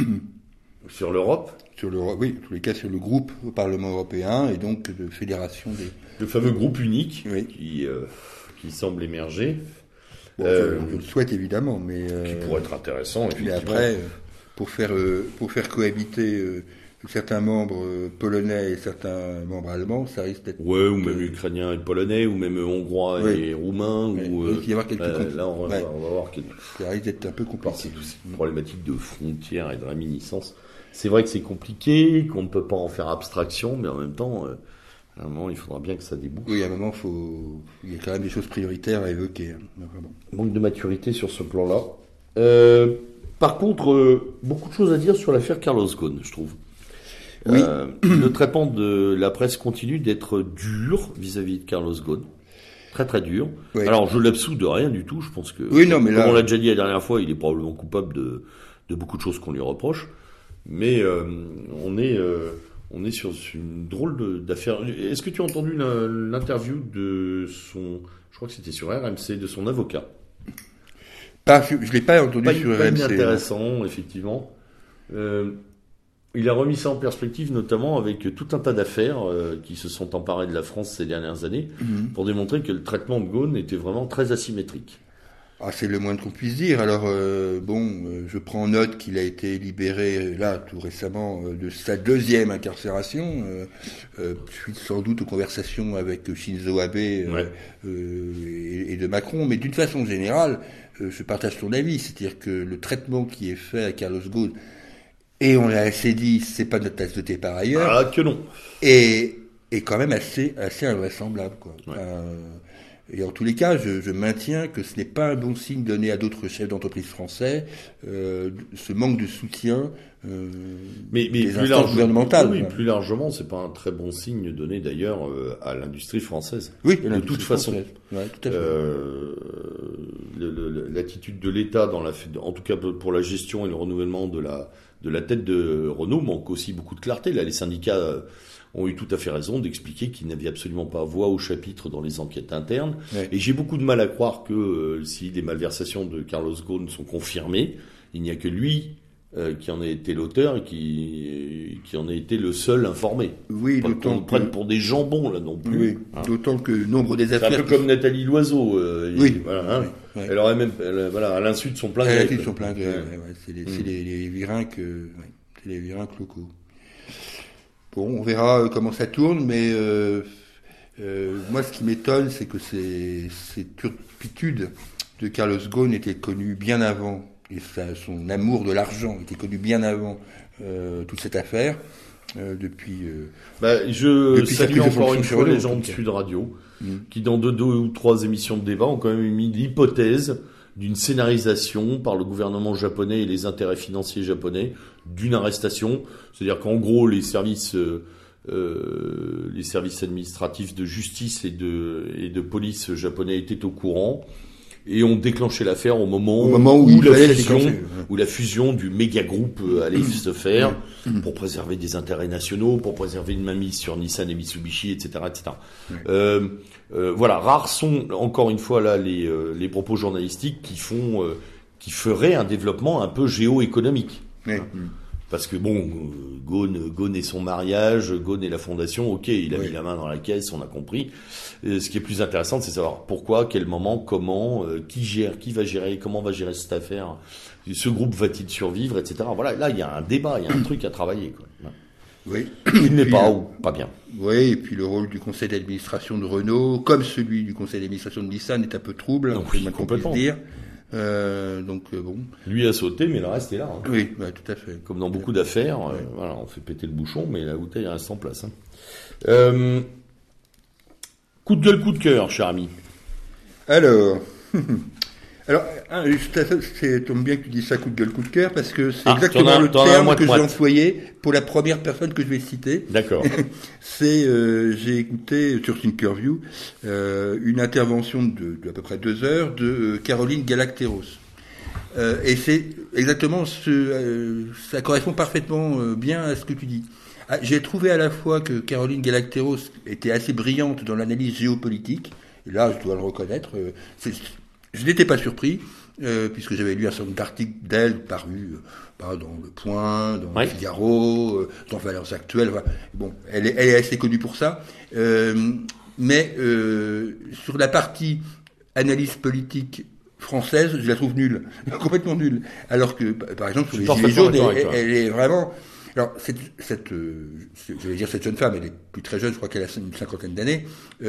Sur l'Europe ? Oui, en tous les cas, sur le groupe au Parlement européen, et donc de fédération des... Le fameux groupe unique qui semble émerger. Bon, je le souhaite évidemment, mais... qui pourrait être intéressant, effectivement. Mais après, pour faire cohabiter... certains membres polonais et certains membres allemands, ça risque d'être... Ouais, ou même ukrainiens et polonais, ou même hongrois et roumains. Il risque d'y avoir quelques là, on va voir ça risque d'être un peu compliqué. Ces problématiques de frontières et de réminiscence. C'est vrai que c'est compliqué, qu'on ne peut pas en faire abstraction, mais en même temps, à un moment, il faudra bien que ça débouche. Oui, à un moment, il y a quand même des choses prioritaires à évoquer. Manque de maturité sur ce plan-là. Par contre, beaucoup de choses à dire sur l'affaire Carlos Ghosn, je trouve. Oui. Le traitement de la presse continue d'être dur vis-à-vis de Carlos Ghosn. Très très dur. Oui. Alors je l'absous de rien du tout. Je pense que, comme on l'a déjà dit la dernière fois, il est probablement coupable de beaucoup de choses qu'on lui reproche. Mais on est sur une drôle d'affaire. Est-ce que tu as entendu l'interview de son, je crois que c'était sur RMC, de son avocat ? Je l'ai pas entendu sur pas RMC. Intéressant, effectivement. Il a remis ça en perspective, notamment avec tout un tas d'affaires qui se sont emparées de la France ces dernières années, pour démontrer que le traitement de Ghosn était vraiment très asymétrique. Ah, c'est le moins qu'on puisse dire. Alors, je prends note qu'il a été libéré, là, tout récemment, de sa deuxième incarcération, suite sans doute aux conversations avec Shinzo Abe et de Macron. Mais d'une façon générale, je partage ton avis. C'est-à-dire que le traitement qui est fait à Carlos Ghosn, et on l'a assez dit, c'est pas notre tasse de thé par ailleurs. Ah, que non. Et quand même assez invraisemblable, quoi. Ouais. Et en tous les cas, je maintiens que ce n'est pas un bon signe donné à d'autres chefs d'entreprise français, ce manque de soutien mais des instances gouvernementales. Oui, plus largement, c'est pas un très bon signe donné d'ailleurs à l'industrie française. Oui, de toute façon. Ouais, tout à fait. L'attitude de l'État en tout cas pour la gestion et le renouvellement de la tête de Renault manque aussi beaucoup de clarté. Là, les syndicats ont eu tout à fait raison d'expliquer qu'ils n'avaient absolument pas voix au chapitre dans les enquêtes internes. Ouais. Et j'ai beaucoup de mal à croire que si les malversations de Carlos Ghosn sont confirmées, il n'y a que lui qui en a été l'auteur et qui en a été le seul informé. Oui, pas d'autant qu'on prenne pour des jambons là non plus. Oui, d'autant que nombre des affaires. C'est un peu comme Nathalie Loiseau. Oui. Voilà, oui. Elle aurait même, à l'insu de son plein gré. À l'insu de son plein gré. C'est les virinques, c'est les virinques locaux. Bon, on verra comment ça tourne, mais moi, ce qui m'étonne, c'est que ces turpitudes de Carlos Ghosn étaient connues bien avant, et son amour de l'argent était connu bien avant toute cette affaire. Depuis je salue encore une fois les gens de Sud Radio, qui dans deux ou trois émissions de débat ont quand même mis l'hypothèse d'une scénarisation par le gouvernement japonais et les intérêts financiers japonais d'une arrestation. C'est-à-dire qu'en gros, les services administratifs de justice et de police japonais étaient au courant et ont déclenché l'affaire au moment où la fusion du méga groupe allait se faire pour préserver des intérêts nationaux, pour préserver une mainmise sur Nissan et Mitsubishi, etc., etc. Voilà, rares sont encore une fois là les propos journalistiques qui feraient un développement un peu géoéconomique. Oui. parce que Ghosn et son mariage, Ghosn et la fondation, ok, il a mis la main dans la caisse, on a compris. Ce qui est plus intéressant, c'est savoir pourquoi, quel moment, comment, qui va gérer, comment va gérer cette affaire, ce groupe va-t-il survivre, etc. Voilà, là il y a un débat, il y a un truc à travailler, quoi. Oui. Il n'est pas ou pas bien. Oui, et puis le rôle du conseil d'administration de Renault, comme celui du conseil d'administration de Nissan, est un peu trouble, complètement. Dire. Bon. Lui a sauté, mais le reste est là. Hein. Oui, tout à fait. Comme dans beaucoup d'affaires, voilà, on fait péter le bouchon, mais la bouteille reste en place. Hein. Coup de gueule, coup de cœur, cher ami. Alors, c'est tombe bien que tu dis ça, coup de gueule, coup de cœur, parce que c'est exactement le terme que j'ai employé pour la première personne que je vais citer. D'accord. J'ai écouté sur Thinkerview une intervention de à peu près 2 heures de Caroline Galacteros. Et c'est exactement ça correspond parfaitement bien à ce que tu dis. J'ai trouvé à la fois que Caroline Galacteros était assez brillante dans l'analyse géopolitique, et là je dois le reconnaître, je n'étais pas surpris, puisque j'avais lu un certain nombre d'articles d'elle parus dans Le Point, dans Le Figaro, dans Valeurs Actuelles. Enfin, bon, elle est assez connue pour ça. Mais sur la partie analyse politique française, je la trouve nulle, complètement nulle. Alors que, par exemple, sur les Gilets jaunes, elle est vraiment... Alors, je vais dire cette jeune femme, elle est plus très jeune, je crois qu'elle a une 50aine d'années,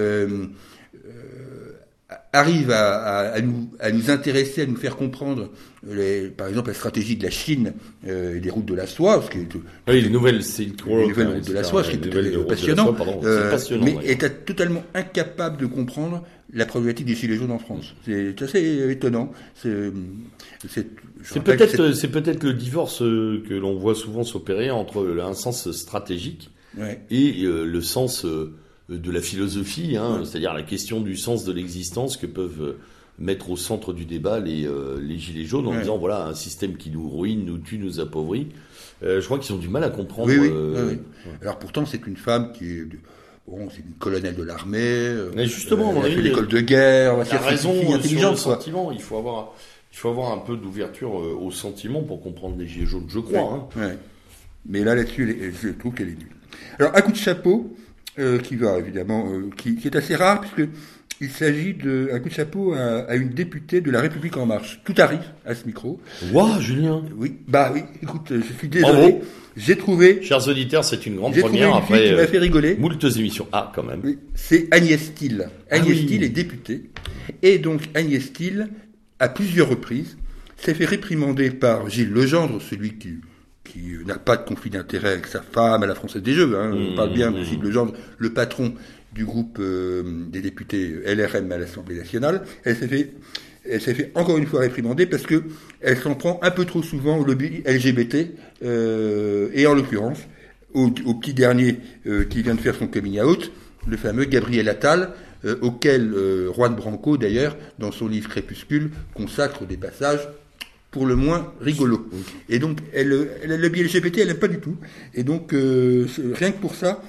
arrive à nous intéresser, à nous faire comprendre, par exemple, la stratégie de la Chine et des routes de la soie, ce qui est les nouvelles Silk Road, les nouvelles routes de la soie, ce qui est passionnant, mais est totalement incapable de comprendre la problématique des gilets jaunes en France. C'est assez étonnant. C'est peut-être le divorce que l'on voit souvent s'opérer entre un sens stratégique et le sens de la philosophie, c'est-à-dire la question du sens de l'existence que peuvent mettre au centre du débat les gilets jaunes en disant voilà un système qui nous ruine, nous tue, nous appauvrit. Je crois qu'ils ont du mal à comprendre. Oui. Alors pourtant c'est une femme qui est c'est une colonelle de l'armée. Mais justement, elle a fait l'école de guerre. Elle a raison sur le sentiment. Il faut avoir un peu d'ouverture au sentiment pour comprendre les gilets jaunes, je crois. Mais là-dessus, je trouve qu'elle est nulle. Alors un coup de chapeau. Qui va évidemment, qui est assez rare puisque il s'agit d'un coup de chapeau à une députée de La République En Marche. Tout arrive à ce micro. Julien. Oui, écoute, je suis désolé. J'ai trouvé. Chers auditeurs, c'est une grande première après. Qui m'a fait rigoler. Moultes émissions. Ah, quand même. Oui, c'est Agnès Steel. Steel est députée. Et donc Agnès Steel, à plusieurs reprises, s'est fait réprimander par Gilles Legendre, celui qui n'a pas de conflit d'intérêt avec sa femme à la Française des Jeux. On parle bien de Gilles Legendre, le patron du groupe des députés LRM à l'Assemblée nationale. Elle s'est fait encore une fois réprimander parce que elle s'en prend un peu trop souvent au lobby LGBT et en l'occurrence au petit dernier qui vient de faire son coming out, le fameux Gabriel Attal, auquel Juan Branco d'ailleurs dans son livre Crépuscule consacre des passages pour le moins rigolo. Et donc, le lobby LGBT, elle n'aime pas du tout. Et donc, rien que pour ça,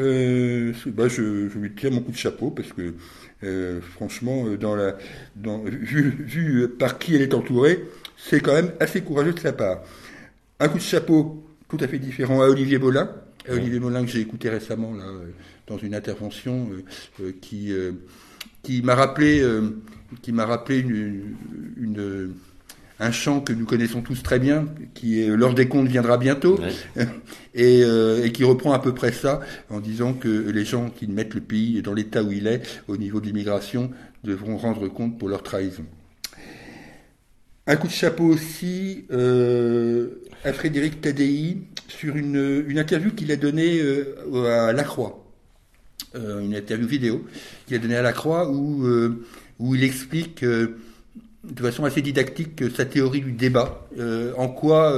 je lui tire mon coup de chapeau parce que, franchement, vu par qui elle est entourée, c'est quand même assez courageux de sa part. Un coup de chapeau tout à fait différent à Olivier Bolin. Olivier Bolin que j'ai écouté récemment là, dans une intervention qui m'a rappelé un chant que nous connaissons tous très bien, qui est L'heure des comptes viendra bientôt, et qui reprend à peu près ça, en disant que les gens qui mettent le pays dans l'état où il est, au niveau de l'immigration, devront rendre compte pour leur trahison. Un coup de chapeau aussi à Frédéric Tadei sur une interview qu'il a donnée à La Croix. Une interview vidéo qu'il a donnée à La Croix où il explique de façon assez didactique sa théorie du débat, en quoi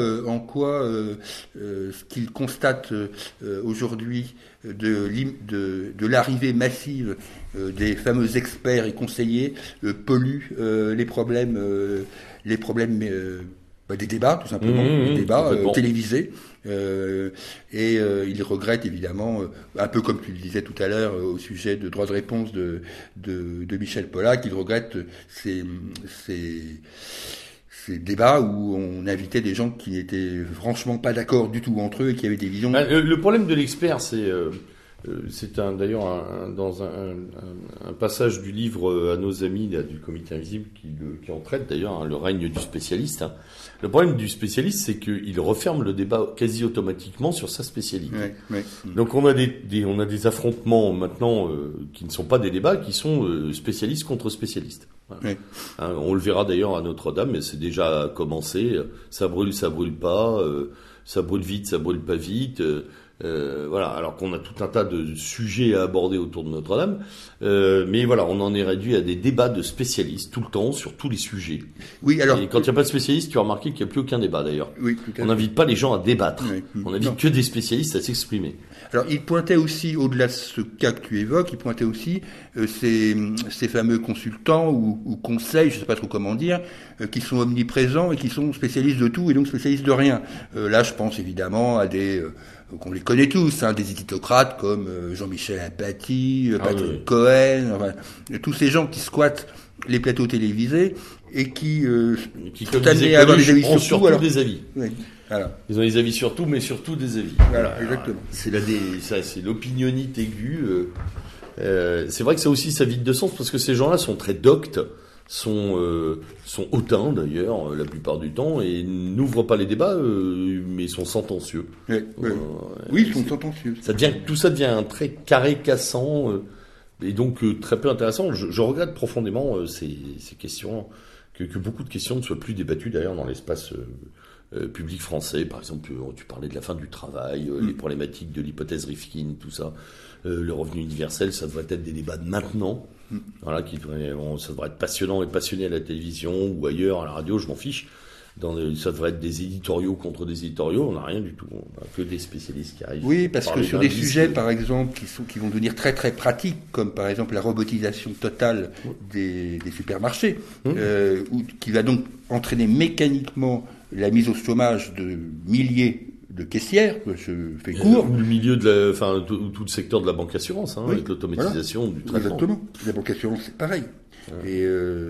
ce qu'il constate aujourd'hui de l'arrivée massive des fameux experts et conseillers pollue les problèmes des débats, tout simplement, des débats télévisés. Et il regrette évidemment, un peu comme tu le disais tout à l'heure au sujet de droit de réponse de Michel Pollack, il regrette ces ces débats où on invitait des gens qui n'étaient franchement pas d'accord du tout entre eux et qui avaient des visions. Le problème de l'expert, c'est dans un passage du livre à nos amis là, du Comité Invisible qui en traite d'ailleurs, le règne du spécialiste. Le problème du spécialiste, c'est qu'il referme le débat quasi automatiquement sur sa spécialité. Ouais. Donc on a des affrontements maintenant qui ne sont pas des débats, qui sont spécialistes contre spécialistes. Voilà. Ouais. On le verra d'ailleurs à Notre-Dame, mais c'est déjà commencé. Ça brûle pas. Ça brûle vite, ça brûle pas vite. Voilà, alors qu'on a tout un tas de sujets à aborder autour de Notre-Dame, mais voilà, on en est réduit à des débats de spécialistes tout le temps sur tous les sujets. Oui, alors. Et quand il n'y a pas de spécialistes, tu as remarqué qu'il n'y a plus aucun débat d'ailleurs. Oui, tout à fait. On n'invite pas les gens à débattre. Oui. On invite que des spécialistes à s'exprimer. Alors, il pointait aussi, au-delà de ce cas que tu évoques, il pointait aussi ces fameux consultants ou conseils, je ne sais pas trop comment dire, qui sont omniprésents et qui sont spécialistes de tout et donc spécialistes de rien. Là, je pense évidemment à qu'on les connaît tous, des éditocrates comme Jean-Michel Apathy, Patrick Cohen, enfin, tous ces gens qui squattent les plateaux télévisés et qui sont amenés à avoir des avis sur tout. Alors, des avis. Oui. Voilà. Ils ont des avis sur tout, mais surtout des avis. Voilà, exactement. C'est l'opinionnite aiguë. C'est vrai que ça aussi, ça vide de sens parce que ces gens-là sont très doctes, sont hautains d'ailleurs la plupart du temps et n'ouvrent pas les débats, mais sont sentencieux. Oui, ils sont sentencieux. Tout ça devient très carré, cassant et donc très peu intéressant. Je regrette profondément ces questions, que beaucoup de questions ne soient plus débattues d'ailleurs dans l'espace public français. Par exemple, tu parlais de la fin du travail, les problématiques de l'hypothèse Rifkin, tout ça. Le revenu universel, ça devrait être des débats de maintenant. Voilà, ça devrait être passionnant et passionné à la télévision ou ailleurs, à la radio, je m'en fiche. Ça devrait être des éditoriaux contre des éditoriaux, on n'a rien du tout. On n'a que des spécialistes qui arrivent. Oui, parce que sur des sujets, par exemple, qui vont devenir très très pratiques, comme par exemple la robotisation totale des supermarchés, qui va donc entraîner mécaniquement la mise au chômage de milliers de caissières, je fais court. Ou le milieu tout le secteur de la banque assurance, avec l'automatisation du traitement. Exactement. La banque assurance, c'est pareil. Et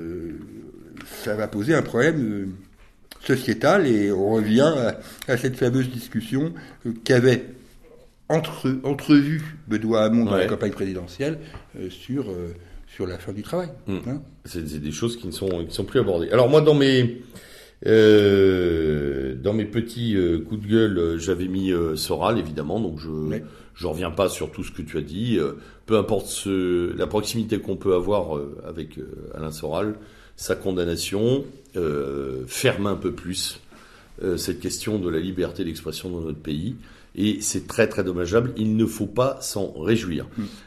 ça va poser un problème sociétal, et on revient à cette fameuse discussion qu'avait entrevue Benoît Hamon dans la campagne présidentielle sur la fin du travail. C'est des choses qui ne sont plus abordées. Alors moi, dans mes petits coups de gueule, j'avais mis Soral, évidemment, donc je reviens pas sur tout ce que tu as dit. Peu importe la proximité qu'on peut avoir avec Alain Soral, sa condamnation ferme un peu plus cette question de la liberté d'expression dans notre pays. Et c'est très très dommageable. Il ne faut pas s'en réjouir.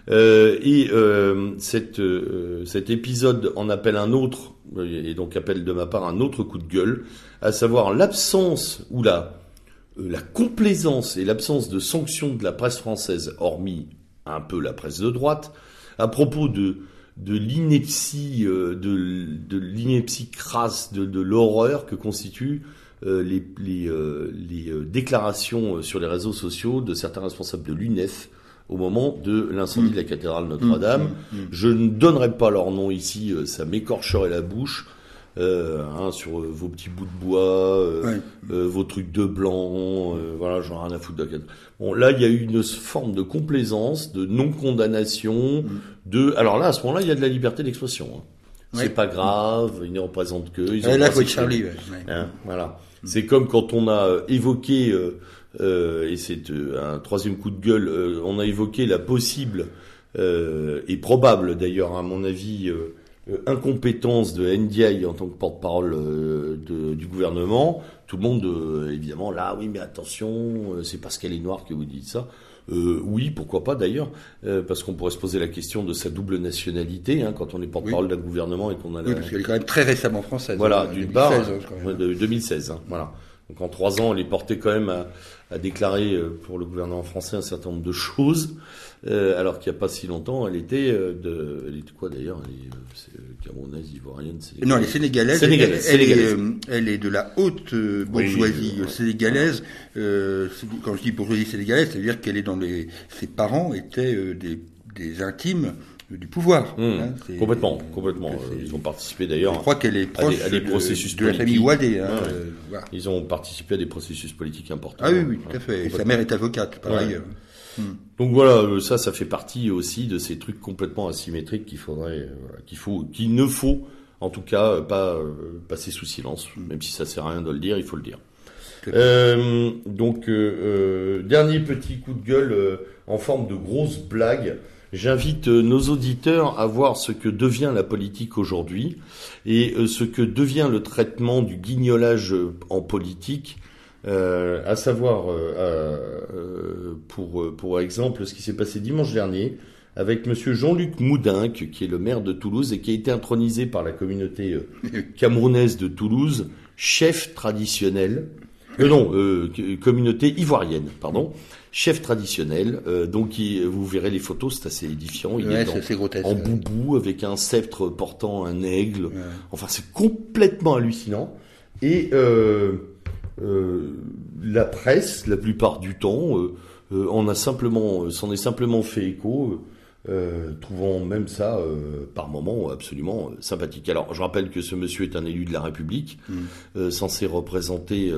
Cet épisode en appelle un autre, et donc appelle de ma part un autre coup de gueule, à savoir l'absence ou la complaisance et l'absence de sanctions de la presse française, hormis un peu la presse de droite, à propos de l'ineptie, de l'ineptie crasse, de l'horreur que constituent les déclarations sur les réseaux sociaux de certains responsables de l'UNEF au moment de l'incendie de la cathédrale Notre-Dame. Je ne donnerai pas leur nom ici, ça m'écorcherait la bouche. Sur vos petits bouts de bois, vos trucs de blanc, voilà, j'en ai rien à foutre de la cathédrale. Bon, là, il y a eu une forme de complaisance, de non-condamnation, alors là, à ce moment-là, il y a de la liberté d'expression. C'est pas grave, ils ne représentent que. Là, faut être Charlie. Voilà. C'est comme quand on a évoqué, et c'est un troisième coup de gueule, on a évoqué la possible et probable, d'ailleurs, à mon avis, incompétence de Ndiaye en tant que porte-parole du gouvernement. Tout le monde, évidemment, là, oui, mais attention, c'est parce qu'elle est noire que vous dites ça. Oui, pourquoi pas d'ailleurs, parce qu'on pourrait se poser la question de sa double nationalité, quand on est porte-parole d'un gouvernement et qu'on a... Oui, parce qu'elle est quand même très récemment française. Voilà, d'une part, de 2016, voilà. Donc en 3 ans, elle est portée quand même à déclarer pour le gouvernement français un certain nombre de choses, alors qu'il n'y a pas si longtemps, elle était quoi d'ailleurs? Elle est camerounaise, ivoirienne, sénégalaise. Non, elle est sénégalaise. Elle est de la haute bourgeoisie sénégalaise. Quand je dis bourgeoisie sénégalaise, ça veut dire qu'elle est ses parents étaient des intimes du pouvoir. Complètement. Ils ont participé d'ailleurs. Je crois qu'elle est proche à des processus de la famille Ouadé. Voilà. Ils ont participé à des processus politiques importants. Ah oui, tout à fait. Et sa mère est avocate, par ailleurs. Donc voilà, ça fait partie aussi de ces trucs complètement asymétriques qu'il ne faut en tout cas pas passer sous silence, même si ça sert à rien de le dire, il faut le dire. Dernier petit coup de gueule en forme de grosse blague. J'invite nos auditeurs à voir ce que devient la politique aujourd'hui et ce que devient le traitement du guignolage en politique, à savoir pour exemple ce qui s'est passé dimanche dernier avec monsieur Jean-Luc Moudinque, qui est le maire de Toulouse et qui a été intronisé par la communauté camerounaise de Toulouse, chef traditionnel. Communauté ivoirienne, chef traditionnel. Vous verrez les photos, c'est assez édifiant. Il est c'est grotesque. En boubou avec un sceptre portant un aigle. Ouais. Enfin, c'est complètement hallucinant. Et la presse, la plupart du temps, s'en est simplement fait écho. Trouvant même ça par moments absolument sympathique. Alors je rappelle que ce monsieur est un élu de la République, censé représenter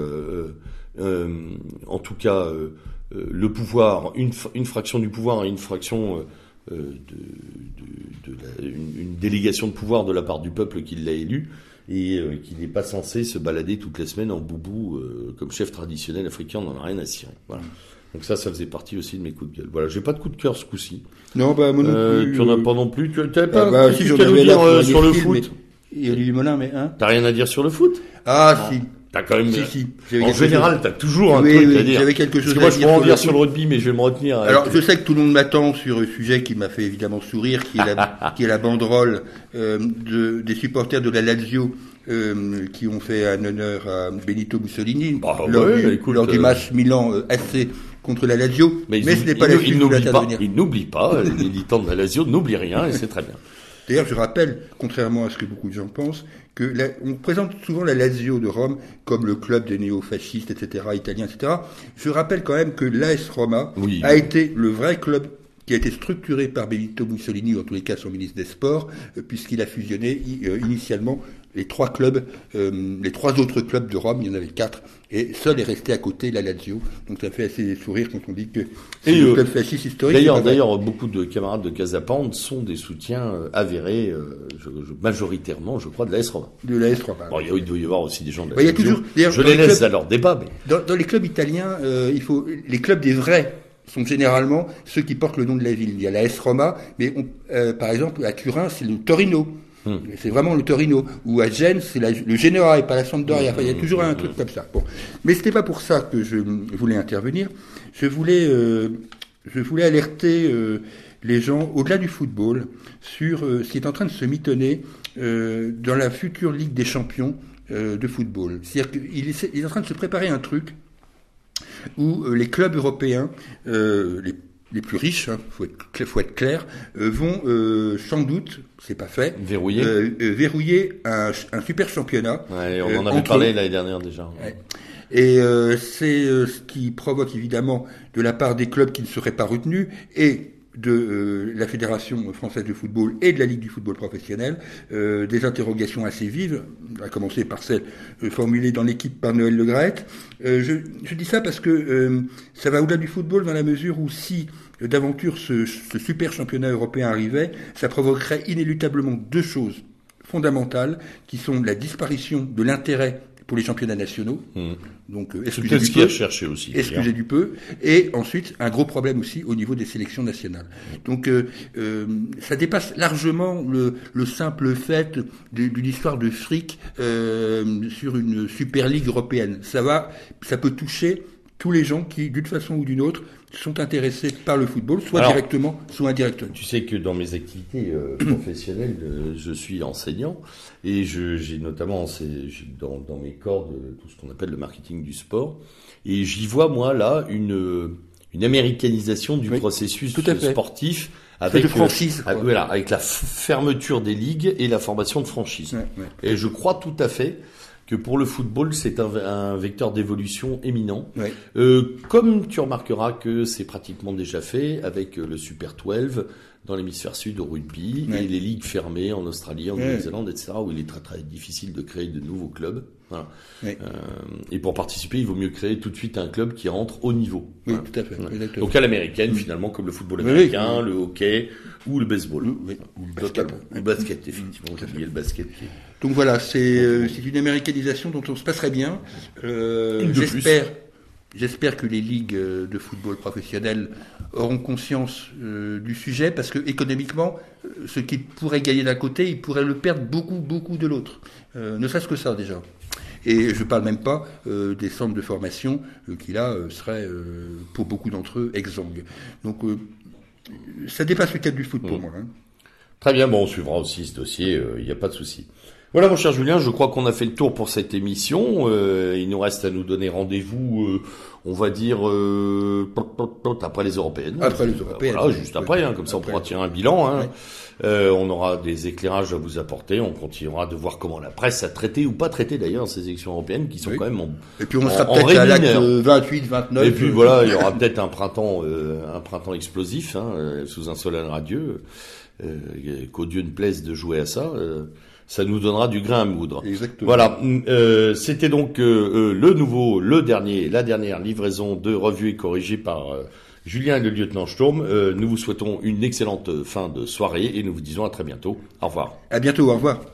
en tout cas le pouvoir, une fraction du pouvoir et une fraction une délégation de pouvoir de la part du peuple qui l'a élu, et qu'il n'est pas censé se balader toutes les semaines en boubou comme chef traditionnel africain, on n'en a rien à cirer. Voilà. Donc ça faisait partie aussi de mes coups de gueule. Voilà, j'ai pas de coup de cœur ce coup-ci. Non, moi non plus. Tu en as pas non plus. Tu n'avais pas si j'en avais dire sur le foot. Il y a du Molin, mais T'as rien à dire sur le foot? Si. T'as quand même. Si. En général, t'as toujours un truc à dire. J'avais quelque chose à dire. Moi, je pourrais en dire sur le rugby, mais je vais me retenir. Alors, je sais que tout le monde m'attend sur un sujet qui m'a fait évidemment sourire, qui est la banderole des supporters de la Lazio. Qui ont fait un honneur à Benito Mussolini lors du match Milan AC contre la Lazio, mais ce n'est pas la Suisse qui doit intervenir. Il n'oublie pas, les militants de la Lazio n'oublient rien, et c'est très bien. D'ailleurs, je rappelle, contrairement à ce que beaucoup de gens pensent, que on présente souvent la Lazio de Rome comme le club des néo-fascistes, etc., italiens, etc. Je rappelle quand même que l'AS Roma a été le vrai club qui a été structuré par Benito Mussolini, ou en tous les cas son ministre des Sports, puisqu'il a fusionné initialement les trois autres clubs de Rome, il y en avait 4, et seul est resté à côté la Lazio. Donc ça fait assez sourire quand on dit que c'est le club fasciste historique. D'ailleurs, beaucoup de camarades de Casapande sont des soutiens avérés, majoritairement, je crois, de l'AS Roma. De l'AS Roma. Bon, il doit y avoir aussi des gens de la Lazio. Je les laisse à leur débat. Mais... Dans les clubs italiens, les clubs des vrais sont généralement ceux qui portent le nom de la ville. Il y a la AS Roma, mais par exemple, à Turin, c'est le Torino. C'est vraiment le Torino. Ou à Gênes, c'est le Genoa et pas la Sampdoria. Enfin, il y a toujours un truc comme ça. Bon. Mais c'était pas pour ça que je voulais intervenir. Je voulais alerter les gens, au-delà du football, sur ce qui est en train de se mitonner dans la future Ligue des champions de football. C'est-à-dire qu'il est en train de se préparer un truc où les clubs européens, les plus riches, faut être clair, vont sans doute, c'est pas fait, verrouiller un super championnat. Ouais, on en avait parlé l'année dernière déjà. Ouais. Et c'est ce qui provoque évidemment de la part des clubs qui ne seraient pas retenus et de la Fédération française de football et de la Ligue du football professionnel, des interrogations assez vives, à commencer par celle formulée dans l'équipe par Noël Le Graët. Je dis ça parce que ça va au-delà du football dans la mesure où si d'aventure ce super championnat européen arrivait, ça provoquerait inéluctablement deux choses fondamentales qui sont la disparition de l'intérêt pour les championnats nationaux. Donc, excusez du peu. Cherché aussi. Excusez du peu. Et ensuite, un gros problème aussi au niveau des sélections nationales. Donc, ça dépasse largement le simple fait d'une histoire de fric sur une Super Ligue européenne. Ça peut toucher tous les gens qui, d'une façon ou d'une autre, sont intéressés par le football, soit directement, soit indirectement. Tu sais que dans mes activités professionnelles, je suis enseignant et j'ai notamment dans mes cordes tout ce qu'on appelle le marketing du sport, et j'y vois moi là une américanisation du processus sportif avec avec la fermeture des ligues et la formation de franchises. Et je crois tout à fait que pour le football, c'est un vecteur d'évolution éminent. Ouais. Comme tu remarqueras que c'est pratiquement déjà fait avec le Super 12 dans l'hémisphère sud au rugby et les ligues fermées en Australie, en Nouvelle-Zélande, etc., où il est très très difficile de créer de nouveaux clubs. Voilà. Et pour participer, il vaut mieux créer tout de suite un club qui rentre au niveau. Oui, tout à fait. Donc à l'américaine, finalement, comme le football américain, le hockey ou le baseball. Ou le basket. Le basket, effectivement. J'ai oublié le basket. Donc voilà, c'est une américanisation dont on se passerait bien. J'espère que les ligues de football professionnel auront conscience du sujet, parce que économiquement, ce qu'ils pourraient gagner d'un côté, ils pourraient le perdre beaucoup de l'autre. Ne serait-ce que ça déjà. Et je parle même pas des centres de formation qui là seraient pour beaucoup d'entre eux exsangues. Donc ça dépasse le cadre du foot pour moi. Hein. Très bien, bon, on suivra aussi ce dossier, il n'y a pas de souci. Voilà, mon cher Julien, je crois qu'on a fait le tour pour cette émission. Il nous reste à nous donner rendez-vous, on va dire, après les européennes. Après les européennes. Voilà, juste après, comme ça on pourra tirer un bilan. Hein. On aura des éclairages à vous apporter. On continuera de voir comment la presse a traité ou pas traité d'ailleurs ces élections européennes qui sont quand même et puis on sera peut-être à l'acte 28, 29. Et puis voilà, il y aura peut-être un printemps explosif, sous un soleil radieux. Qu'au Dieu ne plaise de jouer à ça. Ça nous donnera du grain à moudre. Exactement. Voilà, c'était donc la dernière livraison de Revue et corrigée par Julien et le lieutenant Sturm. Nous vous souhaitons une excellente fin de soirée et nous vous disons à très bientôt. Au revoir. À bientôt, au revoir.